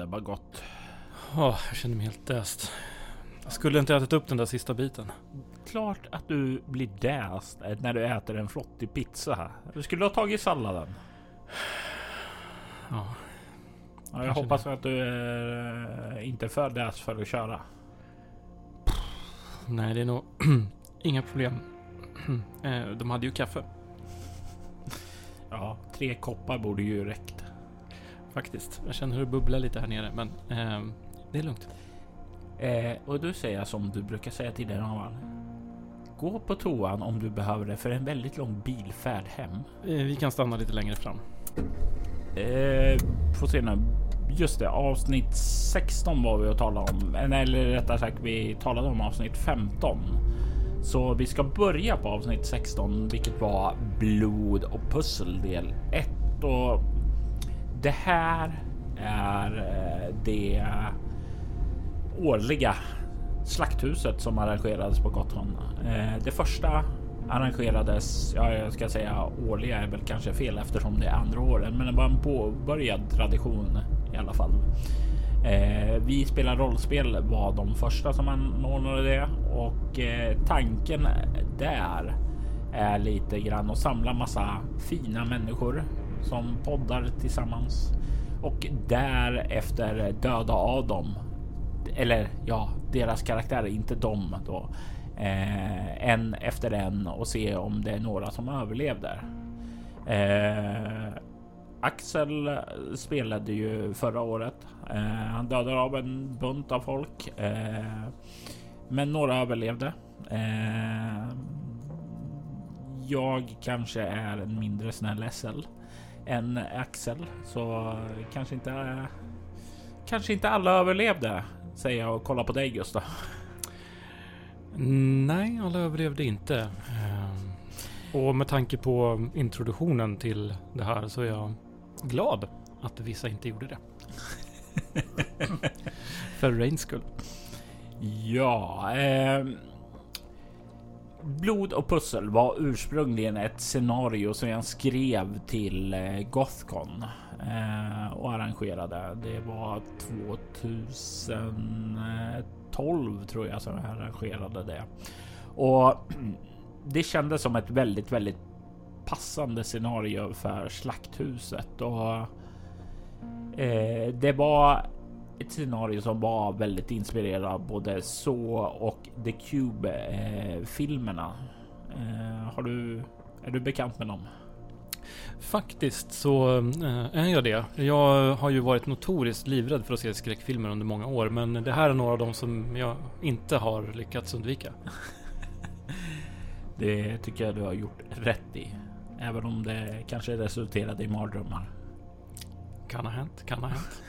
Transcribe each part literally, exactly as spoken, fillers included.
bara gått? Oh, jag känner mig helt däst. Jag skulle inte ätit upp den där sista biten. Klart att du blir däst när du äter en flottig pizza. Du skulle ha tagit salladen. Ja. Ja, jag hoppas det. Att du är inte för däst för att köra. Nej, det är nog inga problem. De hade ju kaffe. Ja, tre koppar borde ju räckt. Faktiskt. Jag känner hur det bubblar lite här nere, men eh, det är lugnt. Eh, och du säger som du brukar säga till dig, Naval. Gå på toan om du behöver det för en väldigt lång bilfärd hem. Eh, vi kan stanna lite längre fram. Eh, får se nu. Just det, avsnitt sexton var vi att tala om. Eller rättare sagt, vi talade om avsnitt femton. Så vi ska börja på avsnitt sexton, vilket var blod och pussel del ett. Och det här är det årliga slakthuset som arrangerades på Gotland. Det första arrangerades, ja, jag ska säga årliga är väl kanske fel eftersom det är andra åren, men det var en påbörjad tradition i alla fall. Eh, vi spelar rollspel var de första som anordnade det och eh, tanken där är lite grann att samla massa fina människor som poddar tillsammans och därefter döda av dem. Eller ja, deras karaktärer, inte dem då. Eh, en efter en och se om det är några som överlevde. Eh, Axel spelade ju förra året. Eh, han dödade av en bunt av folk. Eh, men några överlevde. Eh, jag kanske är en mindre snäll S L än Axel. Så kanske inte, kanske inte alla överlevde, säger jag och kollar på dig, Gustav. Nej, alla överlevde inte. Och med tanke på introduktionen till det här så är jag glad att vissa inte gjorde det. För Rains skull. Ja, eh, blod och pussel var ursprungligen ett scenario som jag skrev till eh, Gothcon eh, och arrangerade. Det var tjugotolv tror jag som jag arrangerade det. Och det kändes som ett väldigt, väldigt passande scenario för slakthuset. Och eh, det var ett scenario som var väldigt inspirerad av både Så och The Cube eh, filmerna. Eh, har du, är du bekant med dem? Faktiskt så eh, är jag det. Jag har ju varit notoriskt livrädd för att se skräckfilmer under många år, men det här är några av dem som jag inte har lyckats undvika. Det tycker jag du har gjort rätt i. Även om det kanske resulterade i mardrömmar. Kan ha hänt, kan ha hänt.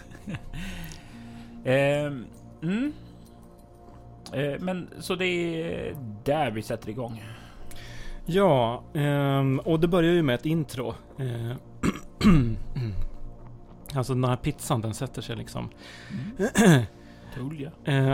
eh, mm. eh, men så det är där vi sätter igång. Ja, eh, och det börjar ju med ett intro. Eh, alltså den här pizzan, den sätter sig liksom. Mm. Tulja. Eh,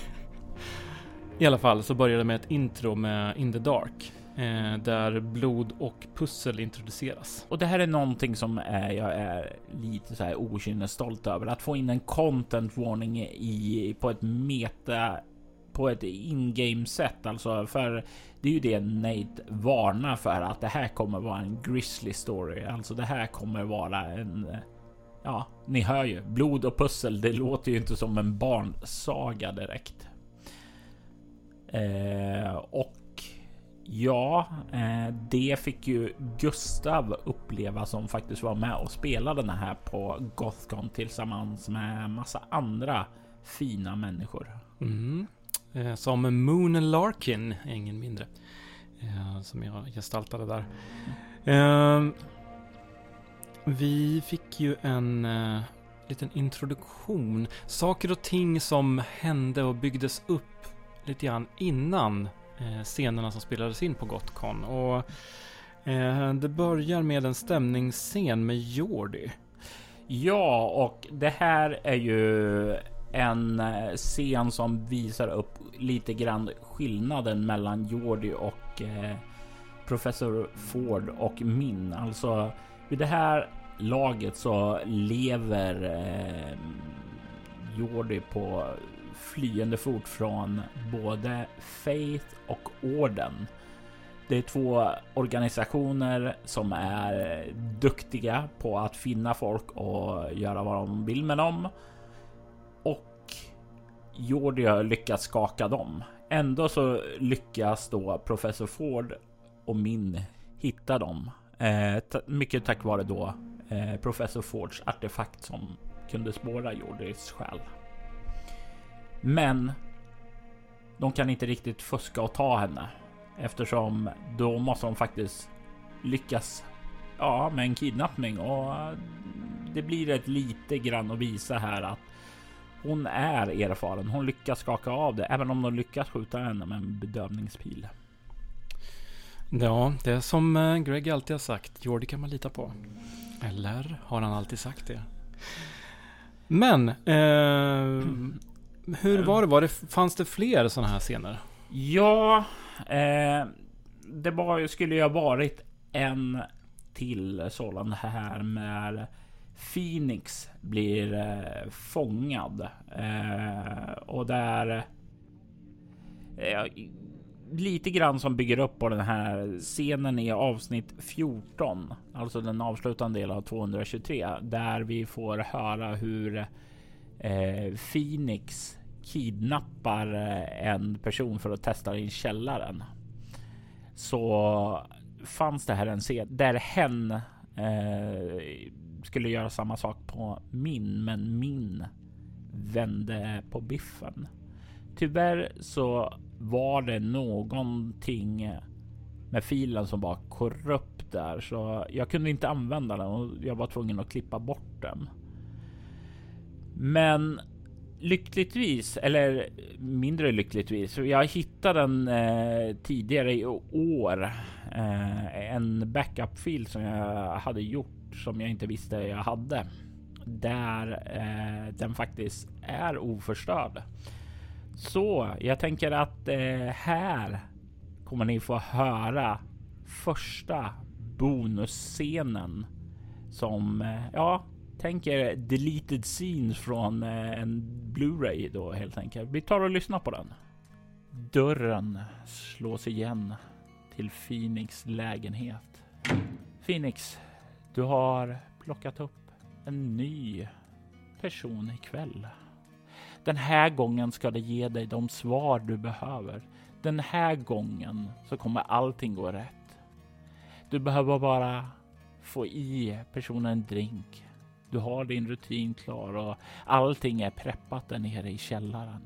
I alla fall så börjar det med ett intro med In the Dark. Eh, där blod och pussel introduceras. Och det här är någonting som är, jag är lite så här okynnesstolt över. Att få in en content warning i, på ett meta, på ett in-game sätt. Alltså, för det är ju det Nate varnar för, att det här kommer vara en grisly story. Alltså det här kommer vara en, ja, ni hör ju, blod och pussel. Det låter ju inte som en barnsaga direkt. Eh, och ja, eh, det fick ju Gustav uppleva som faktiskt var med och spelade den här på Gothcon tillsammans med massa andra fina människor. Mm. Eh, som Moon Larkin, ingen mindre, eh, som jag gestaltade där. Eh, vi fick ju en eh, liten introduktion. Saker och ting som hände och byggdes upp lite grann innan eh, scenerna som spelades in på Gothcon. Och eh, det börjar med en stämningsscen med Jordi. Ja, och det här är ju en scen som visar upp lite grann skillnaden mellan Jordi och eh, Professor Ford och Min. Alltså vid det här laget så lever eh, Jordi på flyende fot från både Faith och Orden. Det är två organisationer som är duktiga på att finna folk och göra vad de vill med dem. Och Jordi har lyckats skaka dem. Ändå så lyckas då Professor Ford och Min hitta dem. Eh, t- mycket tack vare då eh, Professor Fords artefakt som kunde spåra Jordis själ. Men de kan inte riktigt fuska och ta henne. Eftersom då måste de faktiskt lyckas ja, med en kidnappning. Och det blir ett lite grann att visa här att hon är erfaren. Hon lyckas skaka av det. Även om de lyckas skjuta henne med en bedövningspil. Ja, det är som Greg alltid har sagt. Jordi kan man lita på. Eller har han alltid sagt det? Men eh, hur var det? Var det? Fanns det fler sådana här scener? Ja, eh, det var, skulle ju ha varit en till sådan här med Phoenix blir eh, fångad eh, och där eh, lite grann som bygger upp på den här scenen i avsnitt fjorton, alltså den avslutande delen av tvåhundratjugotre, där vi får höra hur eh, Phoenix kidnappar en person för att testa i källaren. Så fanns det här en scen där hen eh, skulle göra samma sak på Min, men Min vände på biffen. Tyvärr så var det någonting med filen som var korrupt där, så jag kunde inte använda den och jag var tvungen att klippa bort den. Men lyckligtvis, eller mindre lyckligtvis, jag hittade den eh, tidigare i år. Eh, en backup-fil som jag hade gjort som jag inte visste jag hade. Där eh, den faktiskt är oförstörd. Så jag tänker att eh, här kommer ni få höra första bonusscenen som, eh, ja, tänker deleted scenes från eh, en Blu-ray då helt enkelt. Vi tar och lyssnar på den. Dörren slås igen till Phoenix lägenhet. Phoenix, du har plockat upp en ny person ikväll. Den här gången ska det ge dig de svar du behöver. Den här gången så kommer allting gå rätt. Du behöver bara få i personen en drink. Du har din rutin klar och allting är preppat där nere i källaren.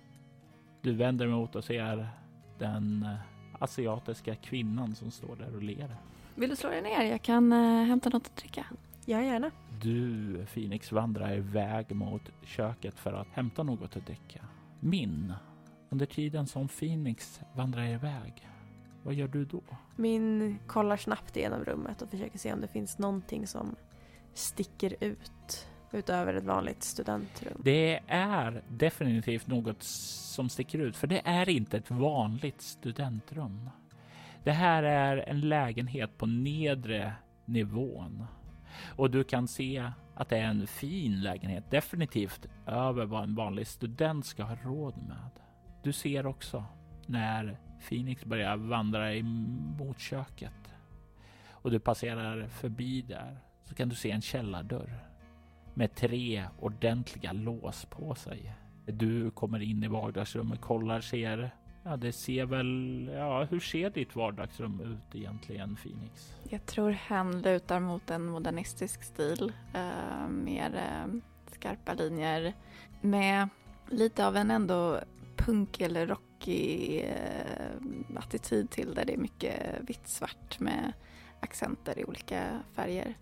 Du vänder mot och ser den asiatiska kvinnan som står där och ler. Vill du slå dig ner? Jag kan uh, hämta något att dricka. Ja, gärna. Du, Phoenix, vandrar iväg mot köket för att hämta något att dricka. Min, under tiden som Phoenix vandrar iväg, vad gör du då? Min kollar snabbt igenom rummet och försöker se om det finns någonting som sticker ut utöver ett vanligt studentrum. Det är definitivt något som sticker ut, för det är inte ett vanligt studentrum. Det här är en lägenhet på nedre nivån. Och du kan se att det är en fin lägenhet, definitivt över vad en vanlig student ska ha råd med. Du ser också när Phoenix börjar vandra mot köket och du passerar förbi där, så kan du se en källardörr med tre ordentliga lås på sig. Du kommer in i vardagsrummet, kollar, ser, ja det ser väl, ja hur ser ditt vardagsrum ut egentligen, Phoenix? Jag tror hen lutar mot en modernistisk stil, eh, mer eh, skarpa linjer med lite av en ändå punk eller rockig eh, attityd till det. Det är mycket vitt svart med accenter i olika färger.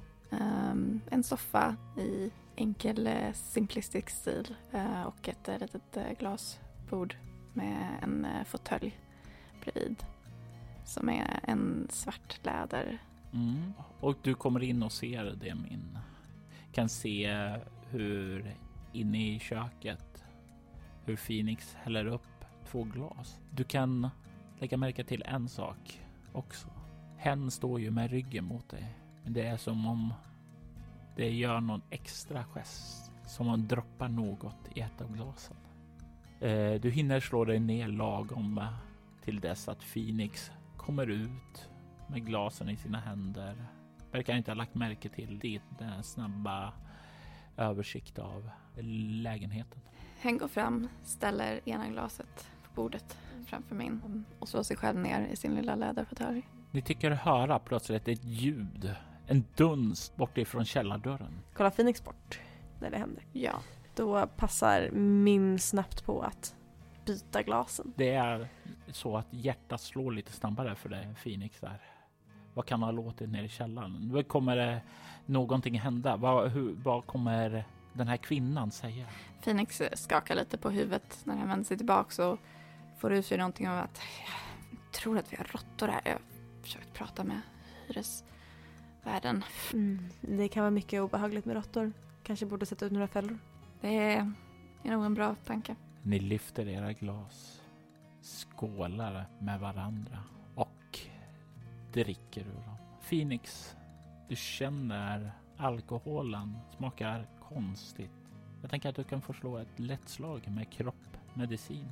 Um, en soffa i enkel uh, simplistisk stil uh, och ett uh, litet uh, glasbord med en uh, fåtölj bredvid som är en svart läder. Mm. Och du kommer in och ser det, Min. Kan se hur inne i köket hur Phoenix häller upp två glas. Du kan lägga märke till en sak också. Hen står ju med ryggen mot dig. Det är som om det gör någon extra gest som man droppar något i ett av glasen. Eh, du hinner slå dig ner lagom till dess att Phoenix kommer ut med glasen i sina händer. Verkar inte ha lagt märke till din snabba översikt av lägenheten. Hen går fram, ställer ena glaset på bordet framför min och slår sig själv ner i sin lilla läderfåtölj. Ni tycker höra plötsligt ett ljud, en duns bort ifrån källardörren. Kollar Phoenix bort när det händer? Ja. Då passar min snabbt på att byta glasen. Det är så att hjärtat slår lite snabbare för dig, Phoenix, där. Vad kan ha låtit ner i källaren? Vad kommer det någonting hända? Vad, hur, vad kommer den här kvinnan säga? Phoenix skakar lite på huvudet när han vänder sig tillbaka och får ut sig någonting om att jag tror att vi har råttor här. Jag har försökt prata med hyresvärden. Mm, det kan vara mycket obehagligt med råttor. Kanske borde sätta ut några fällor. Det är, är nog en bra tanke. Ni lyfter era glas, skålar med varandra och dricker ur dem. Phoenix, du känner alkoholen smakar konstigt. Jag tänker att du kan få slå ett lätt slag med kroppmedicin.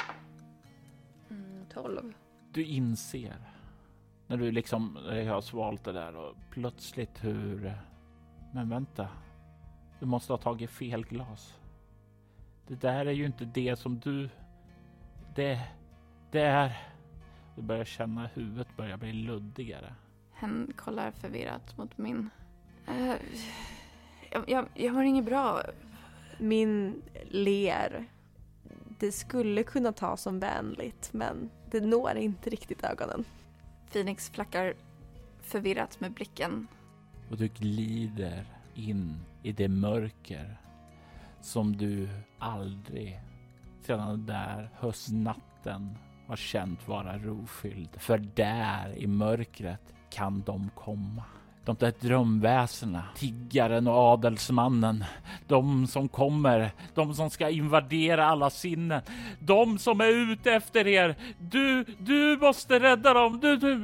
Mm, tolv. Du inser när du liksom har svalt det där och plötsligt hur... Men vänta, du måste ha tagit fel glas. Det där är ju inte det som du... Det, det är... Du börjar känna huvudet börjar bli luddigare. Han kollar förvirrat mot min. Uh, jag, jag, jag har inget bra. Min ler. Det skulle kunna ta som vänligt, men det når inte riktigt ögonen. Phoenix flackar förvirrat med blicken. Och du glider in i det mörker som du aldrig sedan den där höstnatten har känt vara rofylld. För där i mörkret kan de komma. De där drömväsena, tiggaren och adelsmannen, de som kommer, de som ska invadera alla sinnen, de som är ute efter er. Du, du måste rädda dem. Du, du.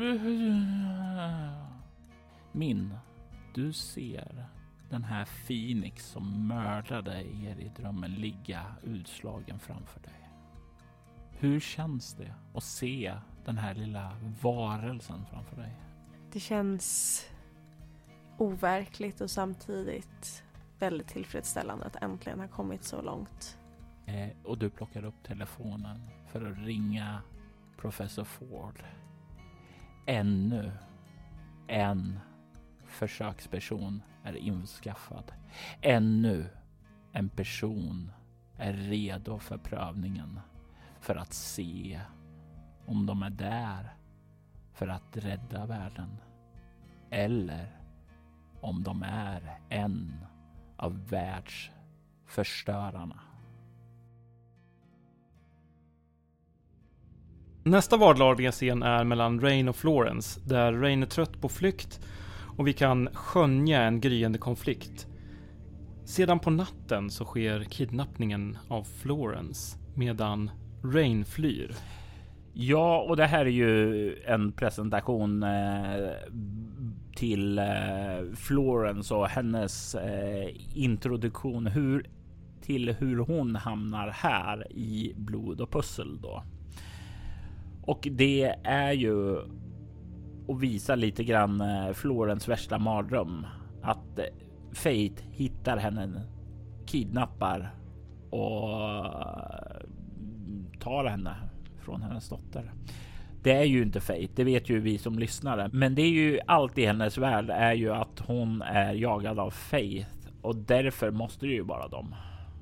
Min, du ser den här Phoenix som mördade er i drömmen ligga utslagen framför dig. Hur känns det att se den här lilla varelsen framför dig? Det känns overkligt och samtidigt väldigt tillfredsställande att äntligen ha kommit så långt. Eh, och du plockar upp telefonen för att ringa professor Ford. Ännu en försöksperson är inskaffad. Ännu en person är redo för prövningen för att se om de är där för att rädda världen eller om de är en av världsförstörarna. Nästa vardagliga scen är mellan Rain och Florence, där Rain är trött på flykt och vi kan skönja en gryende konflikt. Sedan på natten så sker kidnappningen av Florence medan Rain flyr. Ja, och det här är ju en presentation eh, till eh, Florence och hennes eh, introduktion hur, till hur hon hamnar här i Blod och pussel då. Och det är ju att visa lite grann eh, Florence värsta mardröm. Att eh, Fate hittar henne, kidnappar och eh, tar henne från hennes dotter. Det är ju inte Fate, det vet ju vi som lyssnare. Men det är ju allt i hennes värld är ju att hon är jagad av Faith. Och därför måste det ju vara dem.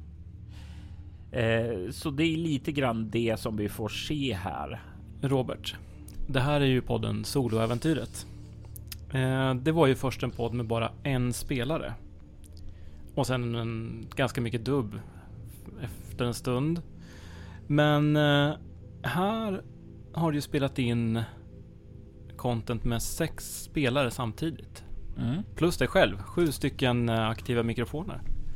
Eh, så det är lite grann det som vi får se här. Robert, det här är ju podden Soloäventyret. Eh, det var ju först en podd med bara en spelare. Och sen en ganska mycket dubb efter en stund. Men eh, här har du spelat in content med sex spelare samtidigt. Mm. Plus dig själv, sju stycken aktiva mikrofoner.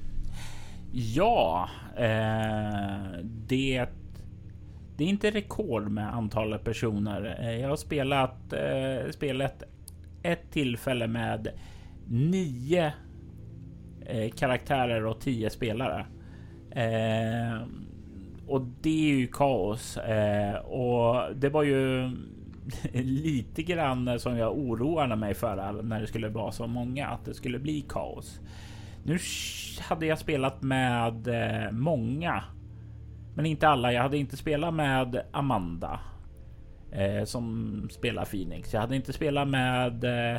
Ja, eh, det, det är inte rekord med antalet personer. Jag har spelat, eh, spelat ett tillfälle med nio eh, karaktärer och tio spelare. Eh, och det är ju kaos. Eh, och det var ju lite grann som jag oroade mig för när det skulle vara så många, att det skulle bli kaos. Nu hade jag spelat med eh, många, men inte alla. Jag hade inte spelat med Amanda eh, som spelar Phoenix. Jag hade inte spelat med eh,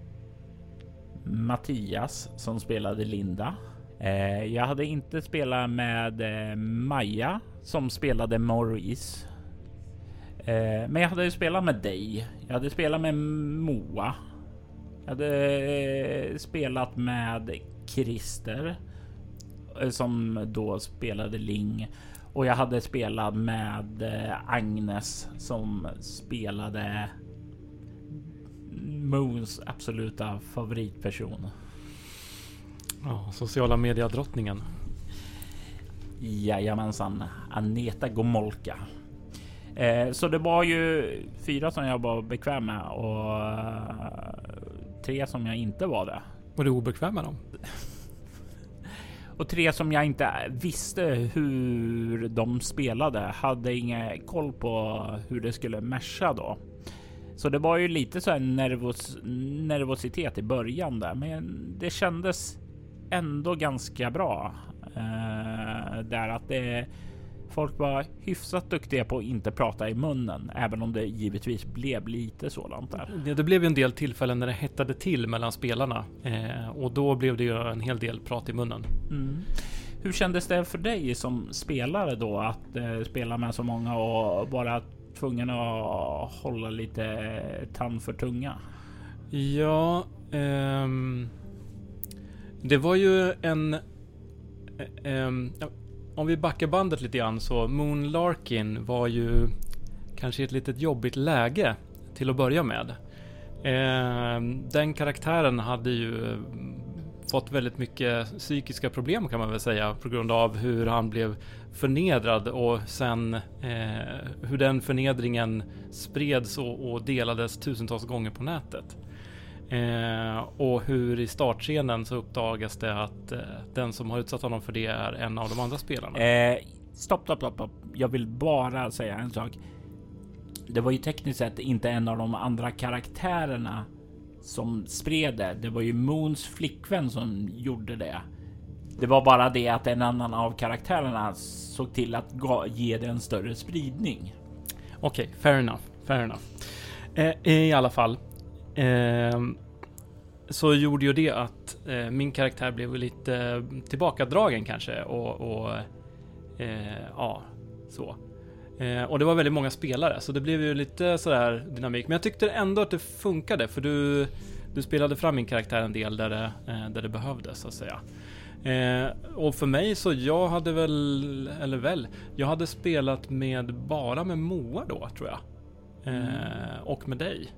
Mattias som spelade Linda. Eh, jag hade inte spelat med eh, Maja som spelade Maurice. Eh, men jag hade spelat med dig. Jag hade spelat med Moa. Jag hade eh, spelat med Christer eh, som då spelade Ling. Och jag hade spelat med eh, Agnes som spelade Moons absoluta favoritperson. Ja, sociala mediedrottningen. Jajamensan, Aneta Gomolka. Eh, så det var ju fyra som jag var bekväm med och uh, tre som jag inte var det. Var du obekväm med dem? Och tre som jag inte visste hur de spelade. Hade ingen koll på hur det skulle mesha då. Så det var ju lite så här nervos, nervositet i början där. Men det kändes ändå ganska bra. Eh, där att det, folk var hyfsat duktiga på att inte prata i munnen. Även om det givetvis blev lite sådant där. Det, det blev ju en del tillfällen när det hettade till mellan spelarna. Eh, och då blev det ju en hel del prat i munnen. Mm. Hur kändes det för dig som spelare då att eh, spela med så många och vara tvungen att hålla lite tand för tunga? Ja, ehm, det var ju en... Ehm, ja, om vi backar bandet lite grann så Moon Larkin var ju kanske ett litet jobbigt läge till att börja med. Ehm, den karaktären hade ju fått väldigt mycket psykiska problem kan man väl säga på grund av hur han blev förnedrad och sen eh, hur den förnedringen spreds och, och delades tusentals gånger på nätet. Eh, och hur i startscenen så uppdagas det att eh, den som har utsatt honom för det är en av de andra spelarna. Eh, stopp, stopp, stopp, stopp. Jag vill bara säga en sak. Det var ju tekniskt sett inte en av de andra karaktärerna som spred det. Det var ju Moons flickvän som gjorde det. Det var bara det att en annan av karaktärerna såg till att ge det en större spridning. Okej, okay, fair enough. Fair enough. Eh, I alla fall eh, så gjorde ju det att eh, min karaktär blev lite tillbakadragen kanske och, och eh, ja, så. Eh, och det var väldigt många spelare så det blev ju lite sådär dynamik. Men jag tyckte ändå att det funkade för du, du spelade fram min karaktär en del där det, eh, där det behövdes så att säga. Eh, och för mig så jag hade väl, eller väl, jag hade spelat med bara med Moa då tror jag. Eh, mm. Och med dig.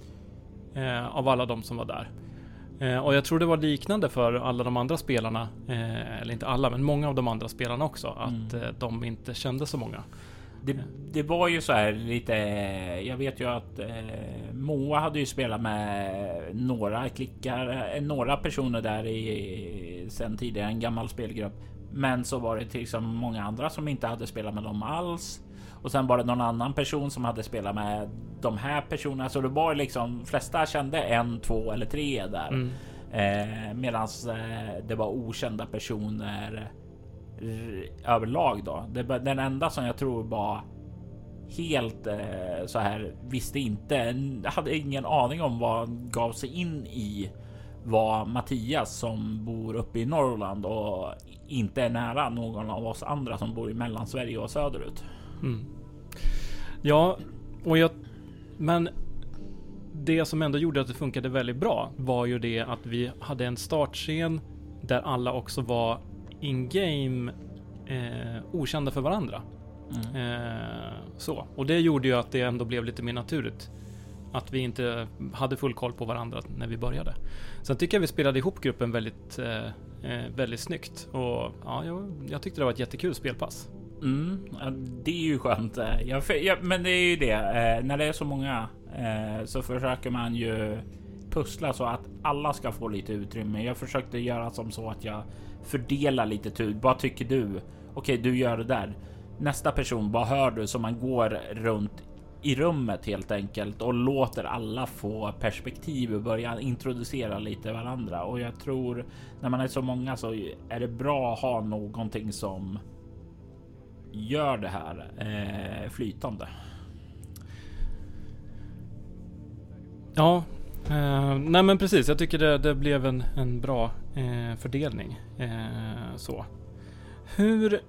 Eh, av alla de som var där. Eh, och jag tror det var liknande för alla de andra spelarna. Eh, eller inte alla, men många av de andra spelarna också. Att mm. eh, de inte kände så många. Det, det var ju så här lite. Jag vet ju att eh, Moa hade ju spelat med några klickar, eh, några personer där i sen tidigare en gammal spelgrupp. Men så var det till liksom många andra som inte hade spelat med dem alls. Och sen var det någon annan person som hade spelat med de här personerna. Så det var liksom flesta kände en, två eller tre där. Mm. Eh, Medan eh, det var okända personer överlag då. Det, den enda som jag tror var helt eh, så här visste inte, hade ingen aning om vad han gav sig in i var Mattias som bor uppe i Norrland och inte är nära någon av oss andra som bor i Mellansverige och söderut. Mm. Ja, och jag men det som ändå gjorde att det funkade väldigt bra var ju det att vi hade en startscen där alla också var in-game eh, okända för varandra. Mm. Eh, så. Och det gjorde ju att det ändå blev lite mer naturligt. Att vi inte hade full koll på varandra när vi började. Sen tycker jag vi spelade ihop gruppen väldigt, eh, väldigt snyggt. Och ja, jag, jag tyckte det var ett jättekul spelpass. Mm, det är ju skönt. Jag, jag, men det är ju det. Eh, när det är så många eh, så försöker man ju pussla så att alla ska få lite utrymme. Jag försökte göra som så att jag fördelar lite tur. Vad tycker du? Okej, du gör det där. Nästa person, vad hör du? Så man går runt i rummet helt enkelt och låter alla få perspektiv och börja introducera lite varandra. Och jag tror när man är så många så är det bra att ha någonting som gör det här eh, flytande. Ja, eh, nej men precis. Jag tycker det, det blev en, en bra eh, fördelning. Eh, så. Hur...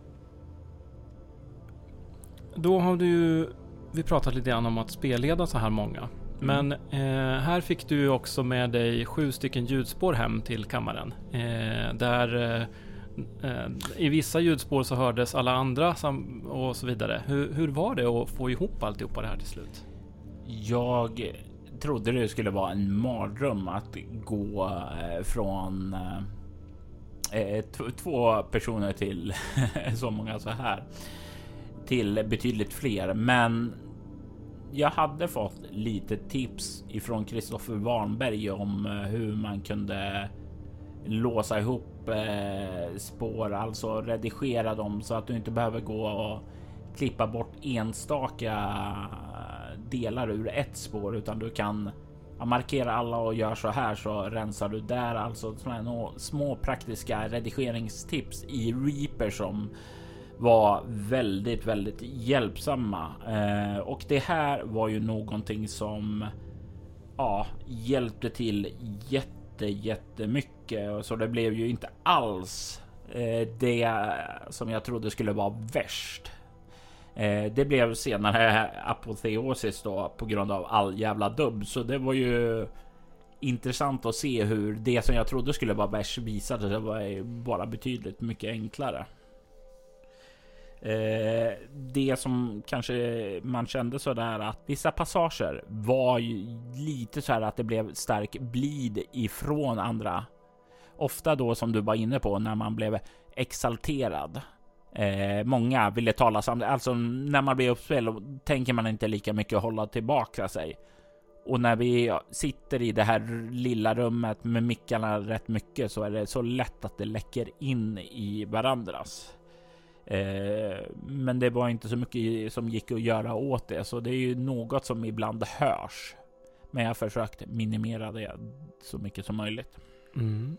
Då har du ju... Vi pratat lite grann om att spelleda så här många. Mm. Men eh, här fick du också med dig sju stycken ljudspår hem till kammaren. Eh, där eh, i vissa ljudspår så hördes alla andra sam- och så vidare. Hur, hur var det att få ihop alltihopa det här till slut? Jag trodde det skulle vara en mardröm att gå eh, från eh, t- två personer till så många så här. Till betydligt fler, men jag hade fått lite tips ifrån Kristoffer Warnberg om hur man kunde låsa ihop eh, spår, alltså redigera dem så att du inte behöver gå och klippa bort enstaka delar ur ett spår, utan du kan ja, markera alla och gör så här så rensar du där. Alltså små, små praktiska redigeringstips i Reaper som var väldigt, väldigt hjälpsamma. Eh, och det här var ju någonting som ja, hjälpte till jätte, jättemycket. Så det blev ju inte alls eh, det som jag trodde skulle vara värst. Eh, det blev senare apoteosis då på grund av all jävla dubb. Så det var ju intressant att se hur det som jag trodde skulle vara värst visade sig var bara betydligt mycket enklare. Eh, det som kanske man kände så där att vissa passager var ju lite så här att det blev stark blid ifrån andra. Ofta då som du var inne på när man blev exalterad. Eh, många ville tala samtidigt. Alltså när man blir uppspel tänker man inte lika mycket att hålla tillbaka sig. Och när vi sitter i det här lilla rummet med mickarna rätt mycket så är det så lätt att det läcker in i varandras. Eh, men det var inte så mycket som gick att göra åt det, så det är ju något som ibland hörs. Men jag har försökt minimera det så mycket som möjligt. Mm.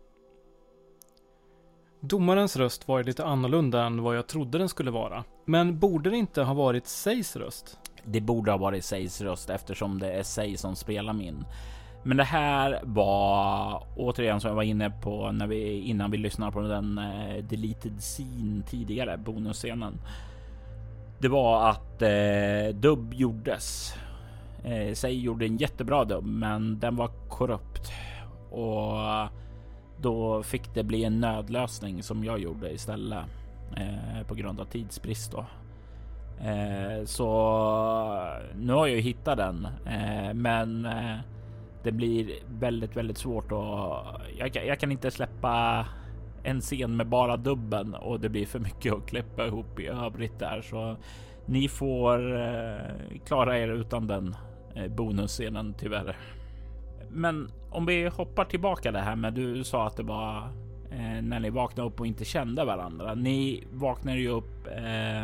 Domarens röst var lite annorlunda än vad jag trodde den skulle vara. Men borde det inte ha varit Seis röst? Det borde ha varit Seis röst eftersom det är Seis som spelar min. Men det här var återigen som jag var inne på när vi, innan vi lyssnade på den eh, deleted scene tidigare, bonusscenen. Det var att eh, dubb gjordes. Eh, Sei gjorde en jättebra dubb, men den var korrupt. Och då fick det bli en nödlösning som jag gjorde istället eh, på grund av tidsbrist då. Eh, så nu har jag ju hittat den, eh, men eh, det blir väldigt, väldigt svårt och jag, jag kan inte släppa en scen med bara dubben och det blir för mycket att klippa ihop i övrigt där. Så ni får eh, klara er utan den eh, bonusscenen tyvärr. Men om vi hoppar tillbaka det här med, du sa att det var eh, när ni vaknade upp och inte kände varandra. Ni vaknade ju upp eh,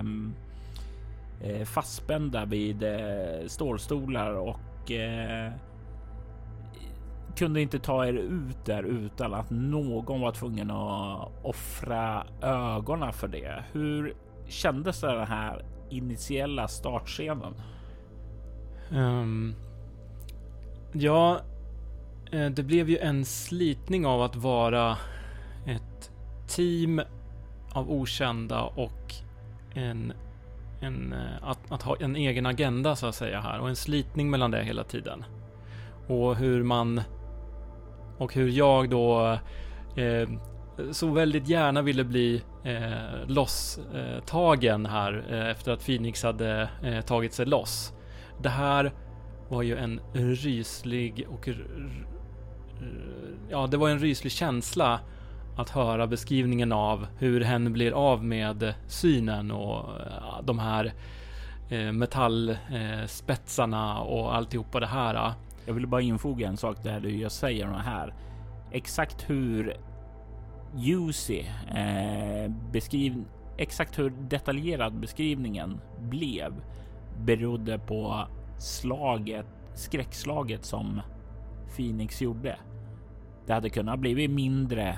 eh, fastspända vid eh, stålstolar och eh, kunde inte ta er ut där utan att någon var tvungen att offra ögonen för det. Hur kändes det den här initiella startscenen? Um, ja, det blev ju en slitning av att vara ett team av okända och en, en, att, att ha en egen agenda så att säga här, och en slitning mellan det hela tiden. Och hur man och hur jag då eh, så väldigt gärna ville bli eh, losstagen eh, här eh, efter att Phoenix hade eh, tagit sig loss. Det här var ju en ryslig och r- r- ja, det var en ryslig känsla att höra beskrivningen av hur hen blir av med synen och ja, de här eh, metallspetsarna och alltihopa det här. Jag vill bara infoga en sak där du just säger det här. Exakt hur juicy eh, beskriv exakt hur detaljerad beskrivningen blev berodde på slaget, skräckslaget som Phoenix gjorde. Det hade kunnat bli mindre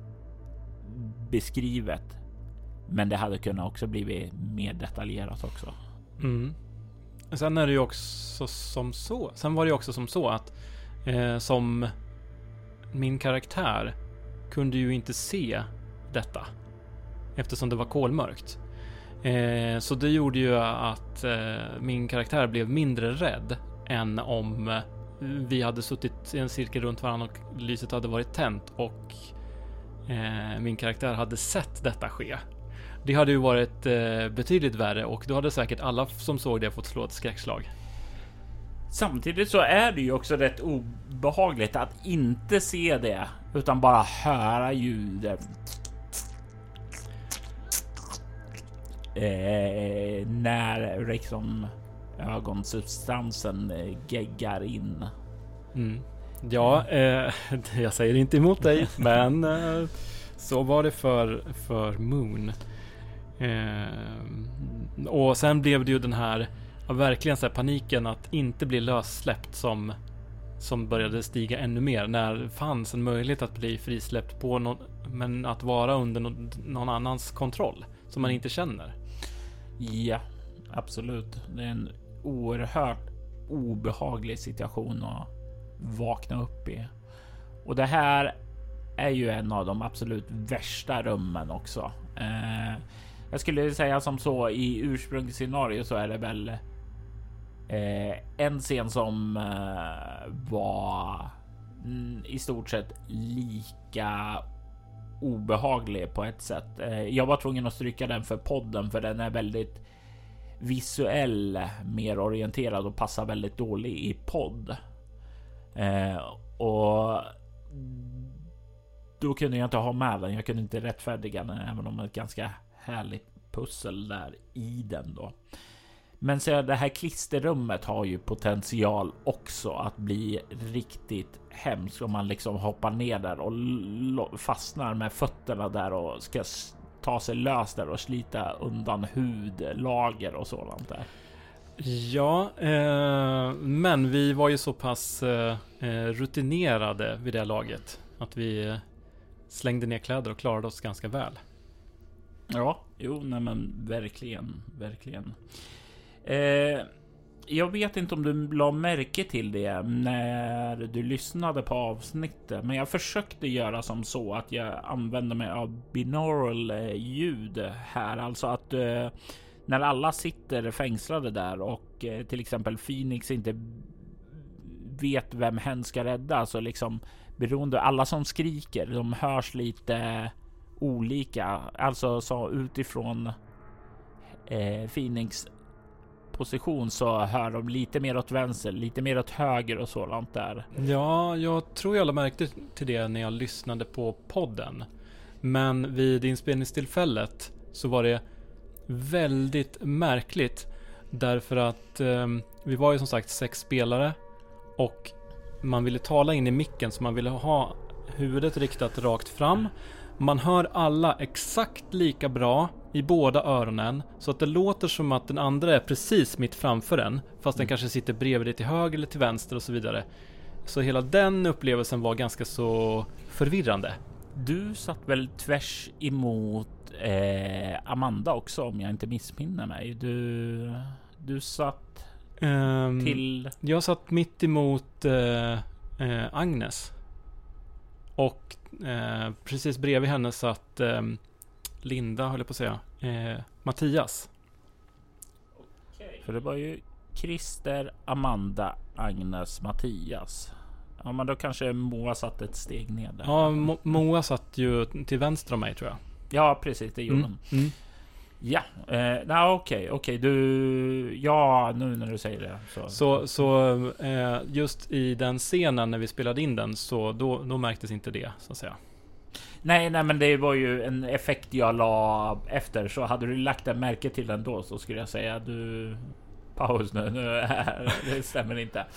beskrivet, men det hade kunnat också bli mer detaljerat också. Mm. Sen är det ju också som så. Sen var det ju också som så att eh, som min karaktär kunde ju inte se detta eftersom det var kolmörkt. Eh, så det gjorde ju att eh, min karaktär blev mindre rädd än om eh, vi hade suttit i en cirkel runt varandra och lyset hade varit tänt och eh, min karaktär hade sett detta ske. Det hade ju varit eh, betydligt värre och då hade säkert alla som såg det fått slå ett skräckslag. Samtidigt så är det ju också rätt obehagligt att inte se det utan bara höra ljudet. Eh, när liksom ögonsubstansen eh, geggar in. Mm. Ja, eh, jag säger inte emot dig, men eh, så var det för, för Moon. Eh, och sen blev det ju den här verkligen så här paniken att inte bli lössläppt som, som började stiga ännu mer när det fanns en möjlighet att bli frisläppt på någon, men att vara under någon, någon annans kontroll som man inte känner. Ja, absolut. Det är en oerhört obehaglig situation att vakna upp i. Och det här är ju en av de absolut värsta rummen också. Eh, jag skulle säga som så, i ursprungsscenario så är det väl eh, en scen som eh, var mm, i stort sett lika obehaglig på ett sätt. Eh, jag var tvungen att stryka den för podden för den är väldigt visuell, mer orienterad och passar väldigt dåligt i podd. Eh, och då kunde jag inte ha med den. Jag kunde inte rättfärdiga den, även om det är ett ganska härligt pussel där i den då. Men så det här klisterrummet har ju potential också att bli riktigt hemskt om man liksom hoppar ner där och fastnar med fötterna där och ska ta sig lös där och slita undan hudlager och sådant där. Ja, eh, men vi var ju så pass eh, rutinerade vid det laget att vi eh, slängde ner kläder och klarade oss ganska väl. Ja, jo, nej men verkligen, verkligen. Eh, jag vet inte om du la märke till det när du lyssnade på avsnittet, men jag försökte göra som så att jag använde mig av binaural eh, ljud här, alltså att eh, när alla sitter fängslade där och eh, till exempel Phoenix inte vet vem hen ska rädda, så liksom beroende, alla som skriker, de hörs lite olika, alltså så utifrån eh, Phoenix position så hör de lite mer åt vänster, lite mer åt höger och sådant där. Ja, jag tror jag alla märkte till det när jag lyssnade på podden. Men vid inspelningstillfället så var det väldigt märkligt därför att eh, vi var ju som sagt sex spelare och man ville tala in i micken så man ville ha huvudet riktat rakt fram. Man hör alla exakt lika bra i båda öronen så att det låter som att den andra är precis mitt framför en fast den Mm. kanske sitter bredvid dig till höger eller till vänster och så vidare. Så hela den upplevelsen var ganska så förvirrande. Du satt väl tvärs emot eh, Amanda också om jag inte missminner mig. Du, du satt Um, till... Jag satt mitt emot eh, eh, Agnes. Och eh, precis bredvid henne satt eh, Linda, höll jag på att säga. Eh, Mattias. För det var ju Christer, Amanda, Agnes, Mattias. Ja, men då kanske Moa satt ett steg ner där. Ja, Mo- Moa satt ju till vänster om mig tror jag. Ja, precis, det gjorde Mm. hon. Mm. Ja, eh, nej, okej, okej, du... Ja, nu när du säger det. Så, Så, så eh, just i den scenen när vi spelade in den så då, då märktes inte det så att säga. Nej, nej, men det var ju en effekt jag la efter. Så hade du lagt en märke till den då så skulle jag säga du... Paus nu, nu är, det stämmer inte.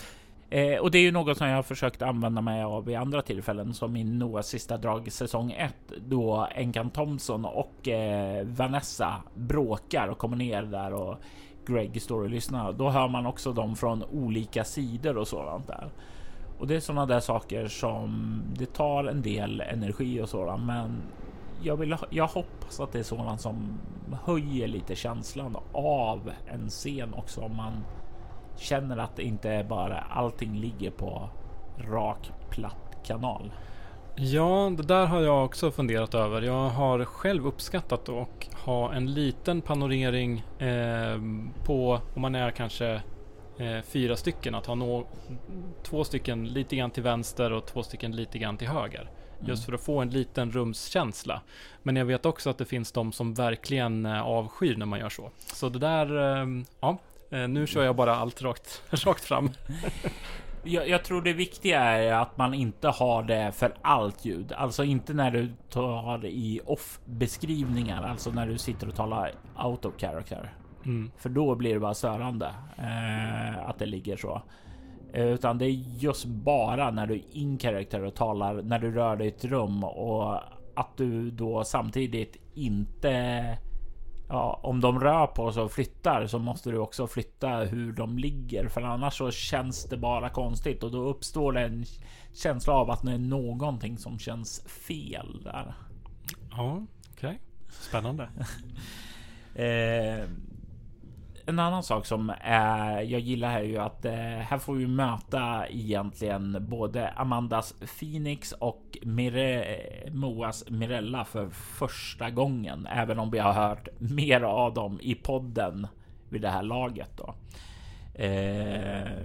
Eh, och det är ju något som jag har försökt använda mig av i andra tillfällen, som i Noahs sista drag säsong ett, då Enkan Thompson och eh, Vanessa bråkar och kommer ner där och Greg står och lyssnar. Då hör man också dem från olika sidor och sådant där. Och det är sådana där saker som det tar en del energi och sådant, men jag, vill, jag hoppas att det är sådant som höjer lite känslan av en scen också, om man känner att det inte är bara allting ligger på rak platt kanal. Ja, det där har jag också funderat över. Jag har själv uppskattat att ha en liten panorering eh, på, om man är kanske eh, fyra stycken, att ha no- två stycken lite grann till vänster och två stycken lite grann till höger. Mm. Just för att få en liten rumskänsla. Men jag vet också att det finns de som verkligen eh, avskyr när man gör så. Så det där, eh, ja, eh, nu kör jag bara allt rakt, rakt fram. Jag, jag tror det viktiga är att man inte har det för allt ljud. Alltså inte när du tar det i off-beskrivningar. Alltså när du sitter och talar out of character. Mm. För då blir det bara störande eh, att det ligger så. Eh, utan det är just bara när du är in character och talar, när du rör dig i ett rum, och att du då samtidigt inte... Ja, om de rör på sig och flyttar, så måste du också flytta hur de ligger, för annars så känns det bara konstigt, och då uppstår det en känsla av att det är någonting som känns fel där. Ja, okej. Okay. Spännande. eh, en annan sak som är, jag gillar här är ju att eh, här får vi möta egentligen både Amandas Phoenix och Mire, Moas Mirella för första gången, även om vi har hört mer av dem i podden vid det här laget då. Eh,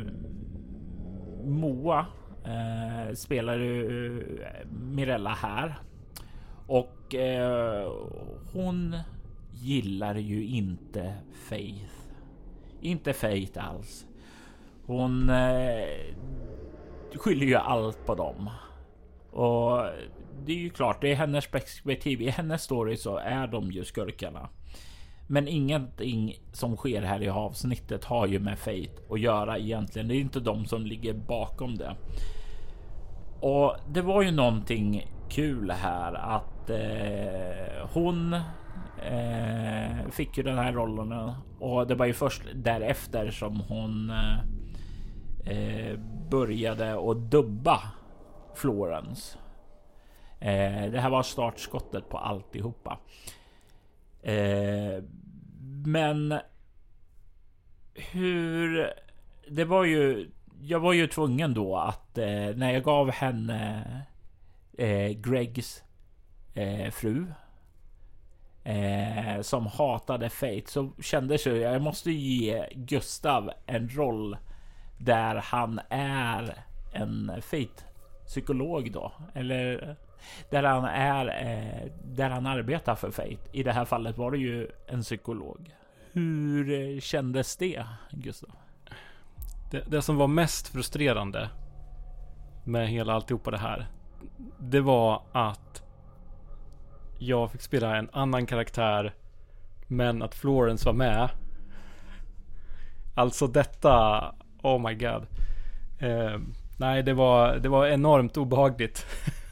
Moa eh, spelar ju Mirella här, och eh, hon gillar ju inte Faith. Inte Faith alls. Hon eh, skyller ju allt på dem. Och det är ju klart, det är hennes perspektiv. I hennes story så är de ju skurkarna. Men ingenting som sker här i avsnittet har ju med Faith att göra egentligen. Det är inte de som ligger bakom det. Och det var ju någonting kul här att eh, hon eh, fick ju den här rollen, och det var ju först därefter som hon eh, började att dubba Florence. Eh, det här var startskottet på alltihopa. Eh, men hur det var ju jag var ju tvungen då att eh, när jag gav henne eh, Gregs eh, fru eh, som hatade Faith, så kändes ju jag måste ge Gustav en roll där han är en Faith-psykolog då, eller där han är eh, där han arbetar för Faith. I det här fallet var det ju en psykolog. Hur kändes det, Gustav? Det, det som var mest frustrerande med hela alltihopa det här, det var att jag fick spela en annan karaktär, men att Florence var med. Alltså detta, oh my god. Eh, nej, det var, det var enormt obehagligt.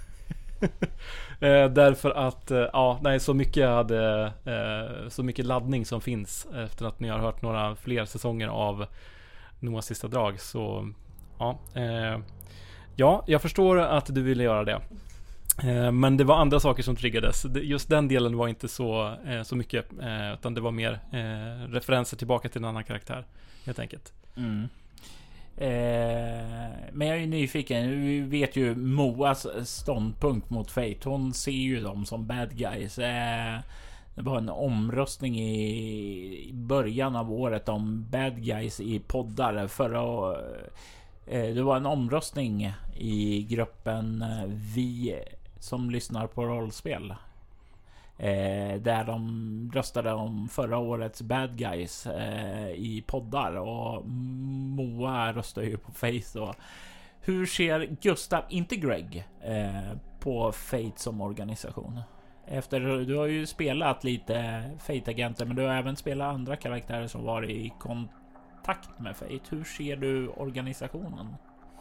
eh, därför att, eh, ja, nej, så mycket jag hade, eh, så mycket laddning som finns efter att ni har hört några fler säsonger av Noahs sista drag, så ja, eh, ja, jag förstår att du ville göra det, eh, men det var andra saker som triggades. Just den delen var inte så, eh, så mycket, eh, utan det var mer eh, referenser tillbaka till en annan karaktär helt enkelt. Mm. Eh, men jag är nyfiken. Vi vet ju Moas ståndpunkt mot Faith. Hon ser ju dem som bad guys. Eh, Det var en omröstning i början av året om bad guys i poddar. Förra, det var en omröstning i gruppen Vi som lyssnar på rollspel. Där de röstade om förra årets bad guys i poddar. Och Moa röstade ju på Faith. Och hur ser Gustav, inte Greg, på Faith som organisation? Efter, du har ju spelat lite Fate-agenter, men du har även spelat andra karaktärer som var i kontakt med Fate. Hur ser du organisationen?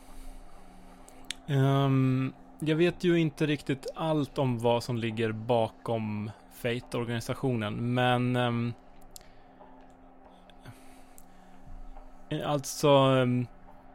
Um, jag vet ju inte riktigt allt om vad som ligger bakom Fate-organisationen, men um, alltså um,